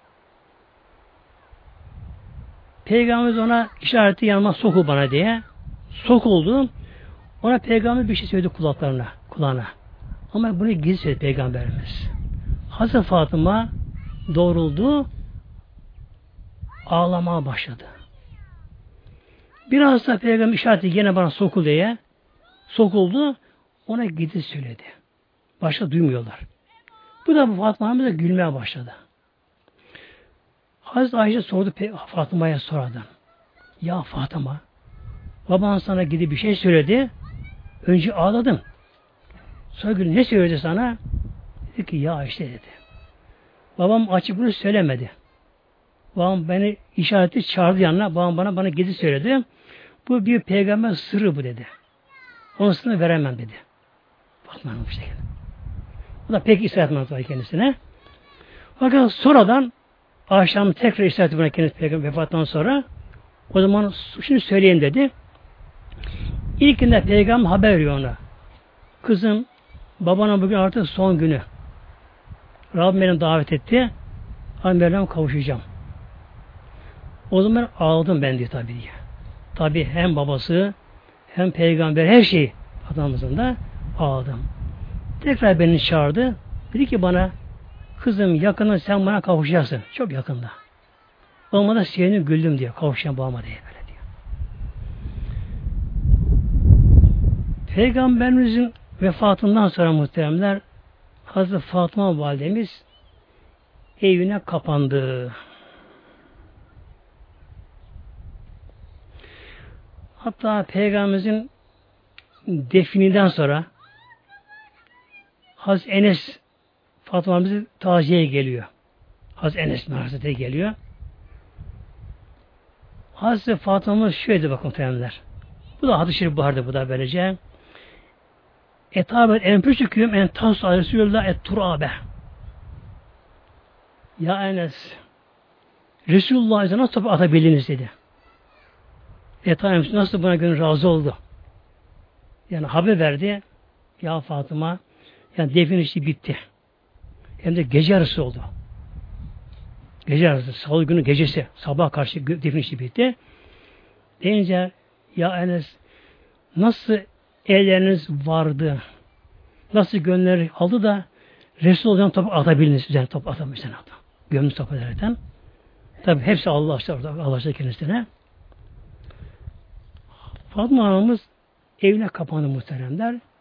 Peygamberimiz ona işareti yanıma sokul bana diye. Sokuldu. Ona Peygamber bir şey söyledi kulaklarına, kulağına. Ama bunu gizli söyledi Peygamberimiz. Hazreti Fatıma doğruldu, ağlamaya başladı. Biraz da Peygamber işareti yine bana sokul diye sokuldu, ona gizli söyledi. Başka duymuyorlar. Bu da Fatıma'mıza gülmeye başladı. Hazreti Ayşe sordu Fatıma'ya sonradan. Ya Fatıma, baban sana gidip bir şey söyledi. Önce ağladın. Sonra gülün ne söyledi sana? Dedi ki ya Ayşe dedi. Babam açık bunu söylemedi. Babam beni işareti çağırdı yanına. Babam bana bana gizli söyledi. Bu bir peygamber sırrı bu dedi. Onun sırrını veremem dedi. Fatma'nın bu şekilde. Bu da pek işaret etmez kendisine. Fakat sonradan akşam tekrar işaret etmez kendisi peygamber vefatından sonra o zaman şunu söyleyeyim dedi. İlkinde peygamber haber veriyor ona. Kızım babana bugün artık son günü. Rabbim beni davet etti. Rabbim kavuşacağım. O zaman ağladım ben diyor tabi diye. Tabi hem babası hem peygamber her şey adamımızın da ağladım. Tekrar beni çağırdı. Dedi ki bana kızım yakında sen bana kavuşacaksın. Çok yakında. Olmadı sevindim güldüm diyor. Kavuşacağım babama diye böyle diyor. Peygamberimizin vefatından sonra muhteremler Hazreti Fatıma validemiz evine kapandı. Hatta Peygamberimizin defininden sonra Hazreti Enes Fatıma'mızı taziyeye geliyor. Hazreti Enes Hazretleri geliyor. Hazreti Fatıma'mız şöyle bakın muhtemelenler. Bu da hadis-i şerif Buhar'da bu da böylece. Etabet en püçüküm en tas Resulullah et turabe. Ya Enes Resulullah'a nasıl topu atabildiniz dedi. Etabet nasıl buna gönül razı oldu. Yani haber verdi. Ya Fatıma yani defin işi bitti. Hem de gece yarısı oldu. Gece yarısı, salı günü gecesi, sabah karşı defin işi bitti. Deyince ya Enes nasıl elleriniz vardı? Nasıl gönülleri aldı da Resulullah'ın topu atabilirsiniz. Üzerine topu atamışsın adam. Gömdü topu ederken. Tabi hepsi Allah işte orada. Allah işte kendisine. Fatma Hanım'ız evine kapandı muhteremler.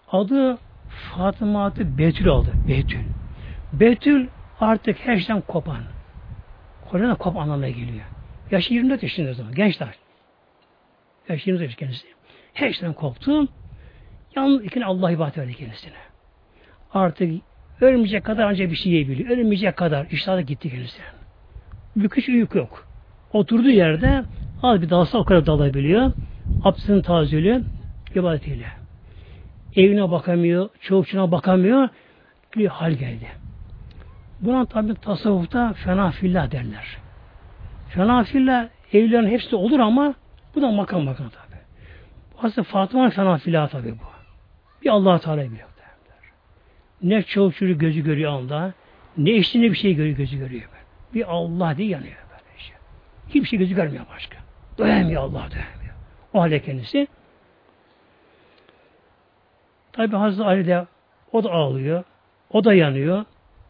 Adı Fatıma Betül oldu. Betül. Betül artık her şeyden kopan. Kocaman kop anlamına geliyor. Yaşı yirmi dört yaşında o zaman. Gençler. Yaşı yirmi dört yaşında kendisi. Her şeyden koptu. Yalnız ikine Allah ibadet verdi kendisine. Artık ölmeyecek kadar ancak bir şey yiyebiliyor. Ölmeyecek kadar. İştahı gitti kendisine. Büküş uyku yok. Oturduğu yerde az bir dalsa o kadar dalabiliyor. Abdestini tazeliyor. İbadetiyle. Evine bakamıyor. Çocukçuna bakamıyor. Bir hal geldi. Buna tabi tasavvufta fena fillah derler. Fena fillah evlerin hepsi de olur ama bu da makam makam tabi. Aslında Fatıma'nın fena fillah tabi bu. Bir Allah-u Teala biliyor derler. Ne çocuk gözü görüyor anda, ne eşliğinde bir şey görüyor, gözü görüyor. Bir Allah diye yanıyor böyle şey. Hiçbir şey gözü görmüyor başka. Doyamıyor Allah, doyamıyor. O halde kendisi. Tabi Hazreti Ali de o da ağlıyor. O da yanıyor.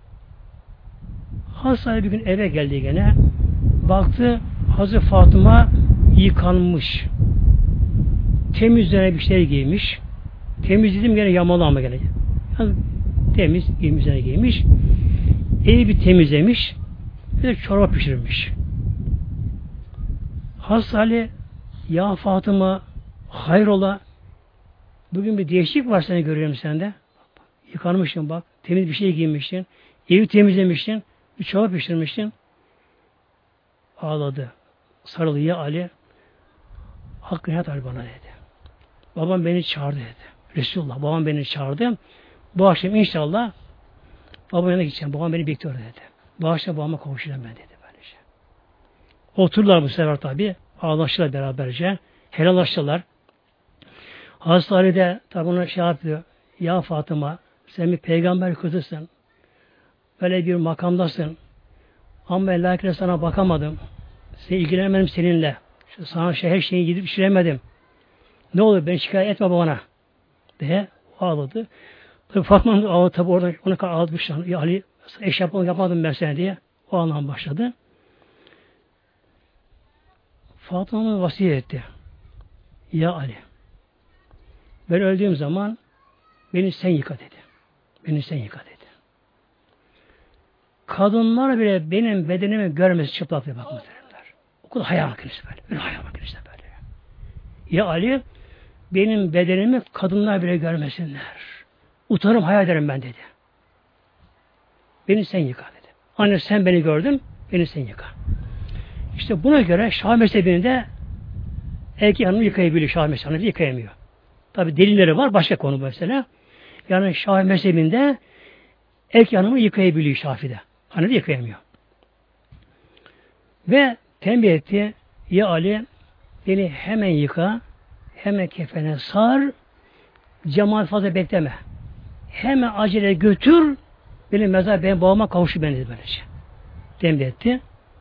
Hazreti Ali bir gün eve geldi gene. Baktı Hazreti Fatıma yıkanmış. Temizlene bir şey giymiş. Temizledim gene yamalı ama gene. Yani temiz giymiş, giymiş. Evi bir temizlemiş. Bir de çorba pişirmiş. Hazreti Ali ya Fatıma hayrola bugün bir değişiklik var seni görüyorum sende. Yıkanmışsın bak. Temiz bir şey giymişsin. Evi temizlemişsin. Bir çorba pişirmişsin. Ağladı. Sarıldı ya Ali. Hakkını helal et bana dedi. Babam beni çağırdı dedi. Resulullah babam beni çağırdı. Bu akşam inşallah babamın yanına gideceğim. Babam beni bekliyor dedi. Bu akşam babama kavuşacağım ben dedi. Böylece. Oturdular bu sefer tabi. Ağlaştılar beraberce. Helallaştılar. Hazreti Ali de tabi ona şey yapıyor. Ya Fatıma sen bir peygamber kızısın. Böyle bir makamdasın. Ama ben layıkıyla sana bakamadım. Seni ilgilenemedim seninle. İşte sana şey, her şeyi gidip işlemedim. Ne olur beni şikayet etme bana. Diye ağladı. Tabi Fatma'nın ağladı. Tabi orada ona kadar ağlamış. Ya Ali eş yapmadım, yapmadım ben sana diye. O anlam başladı. Fatma'nın vasiyet etti. Ya Ali ben öldüğüm zaman beni sen yıka dedi. Beni sen yıka dedi. Kadınlar bile benim bedenimi görmesi çıplak diye bakmaz derler. O kadar hayal makinesi böyle. Böyle hayal makinesi böyle. Ya Ali benim bedenimi kadınlar bile görmesinler. Utanırım hayal ederim ben dedi. Beni sen yıka dedi. Anne sen beni gördün, beni sen yıka. İşte buna göre Şafii mezhebinde erkek hanımı yıkayabiliyor. Şafii mezhebinde yıkayamıyor. Tabi delilleri var. Başka konu mesela. Yani Şafii mezhebinde erkek hanımı yıkayabiliyor Şafii'de. Hani de yıkayamıyor. Ve tembih etti. Ya Ali beni hemen yıka, hemen kefene sar, cemaat fazla bekleme. Hemen acele götür, benim mezar benim babama kavuşu beni dedi böylece. Tembih etti.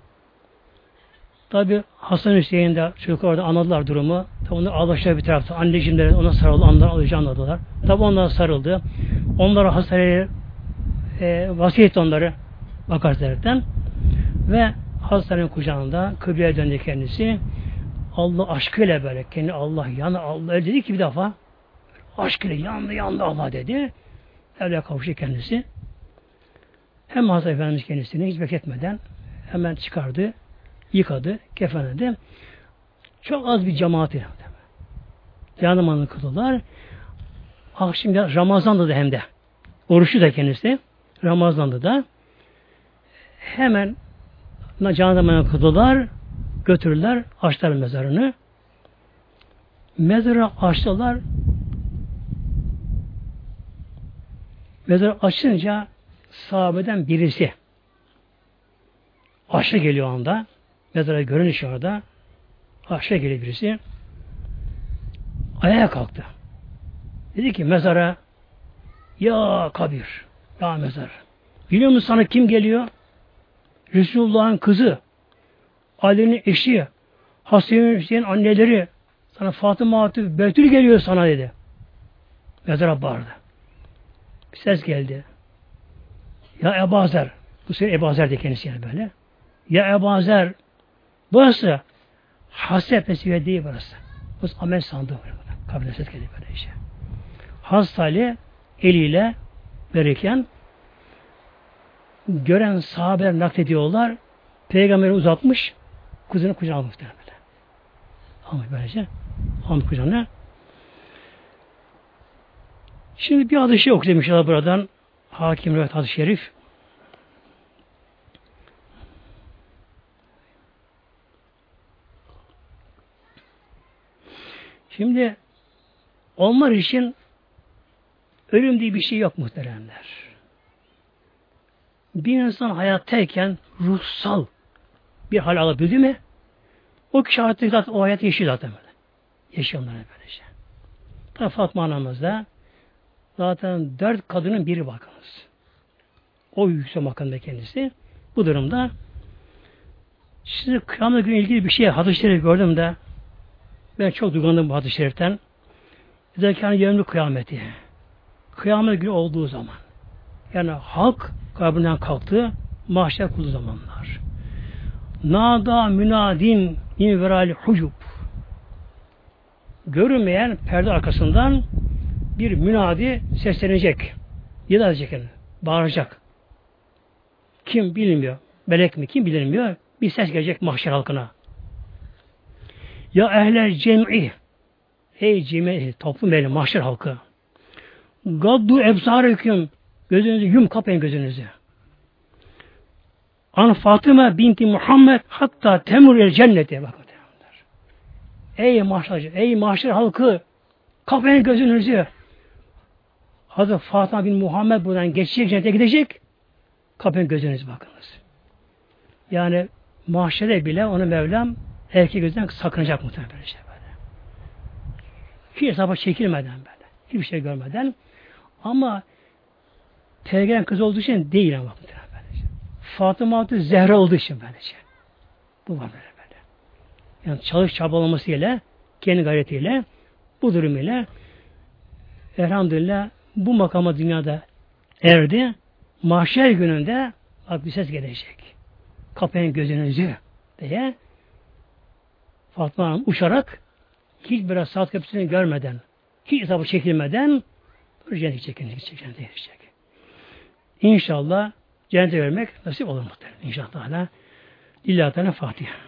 Tabi Hasan Hüseyin de çocuklar orada anladılar durumu. Tabi onlar ağlaşlar bir tarafta. Anneciğimler ona sarıldı, onlar alıcı anladılar. Tabi onlar sarıldı. Onlara hastaneye e, vasiyet etti onları bakarlarken ve hastanenin kucağında kıbleye döndü kendisi. Allah aşkıyla böyle kendi Allah yanı Allah öyle dedi ki bir defa aşkıyla yandı yandı Allah dedi. Öyle kavuştu kendisi. Hem Hazreti Efendimiz kendisini hiç bekletmeden hemen çıkardı, yıkadı, kefenledi. Çok az bir cemaati yanımanı kıldılar. Akşam Ramazan'da da hem de oruçlu da kendisi. Ramazan'da da hemen canımını kıldılar, götürdüler, açtılar mezarını. Mezarı açtılar. Mezarı açınca sahabeden birisi aşağı geliyor anda. Mezara görünüş orada. Aşağı geliyor birisi. Ayağa kalktı. Dedi ki mezara ya kabir, ya mezar. Biliyor musun sana kim geliyor? Resulullah'ın kızı, Ali'nin eşi, Hasan Hüseyin anneleri, sana Fatıma Hatip Betül geliyor sana dedi. Mezara bağırdı. Bir ses geldi. Ya Ebu Zer, bu sefer Ebu Zer de kendisi yani böyle. Ya Ebu Zer, burası hasep mesüye değil burası. Burası amel sandığı var. Kabine ses geldi böyle işte. Hazreti Ali eliyle verirken gören sahabeler naklediyorlar. Peygamberi uzatmış, kuzunu kucağına almış böyle. Almış böylece. Almış kucağına. Şimdi bir hadis-i şerif okuyayım inşallah buradan. Hakim rivayet hadis-i şerif. Şimdi onlar için ölüm diye bir şey yok muhteremler. Bir insan hayattayken ruhsal bir hal alabildi mi o kişi artık zaten o hayatı yaşıyor zaten böyle. Yaşıyor onlara böylece. Tabi Fatma anamızda zaten dört kadının biri bakınız. O yüksek makamda kendisi. Bu durumda size kıyamet günü ilgili bir şey hadis-i şerif gördüm de ben çok duygulandım bu hadis-i şeriften. Zekâne yevmül kıyameti. Kıyamet günü olduğu zaman. Yani halk kabrinden kalktı, mahşer kurduğu zamanlar. Nâdâ münâdin min verâli hucub. Görünmeyen perde arkasından bir münadi seslenecek. Yeda edecek yani. Bağıracak. Kim bilinmiyor. Melek mi? Kim bilinmiyor. Bir ses gelecek mahşer halkına. Ya ehlel cem'i. Ey cem'i, toplum ehli, mahşer halkı. Gaddu ebsâreküm. Gözünüzü yum, kapayın gözünüzü. An Fatıma binti Muhammed hatta temur el cennete. Bakın. Ey mahşer, ey mahşer halkı, kapayın gözünüzü. Hazreti Fatıma bin Muhammed buradan geçecek, cennete gidecek. Kapayın gözünüzü bakınız. Yani mahşere bile onu Mevlam erkek gözünden sakınacak muhtemelen böyle şey böyle. Hiç hesaba çekilmeden böyle. Hiçbir şey görmeden. Ama Peygamber kız olduğu için değil ama muhtemelen böyle. Fatıma adı Zehra olduğu için böylece. Bu var böyle böyle. Yani çalış çabalamasıyla, kendi gayretiyle, bu durumuyla elhamdülillah bu makama dünyada erdi. Mahşer gününde bak bir ses gelecek. Kapayın gözünüzü diye Fatma Hanım uçarak hiç biraz saat kapısını görmeden, hiç hesabı çekilmeden cennete çekilecek, cennete girecek. İnşallah cennete vermek nasip olur muhtemelen. İnşallah. Lillahi Teala Fatiha.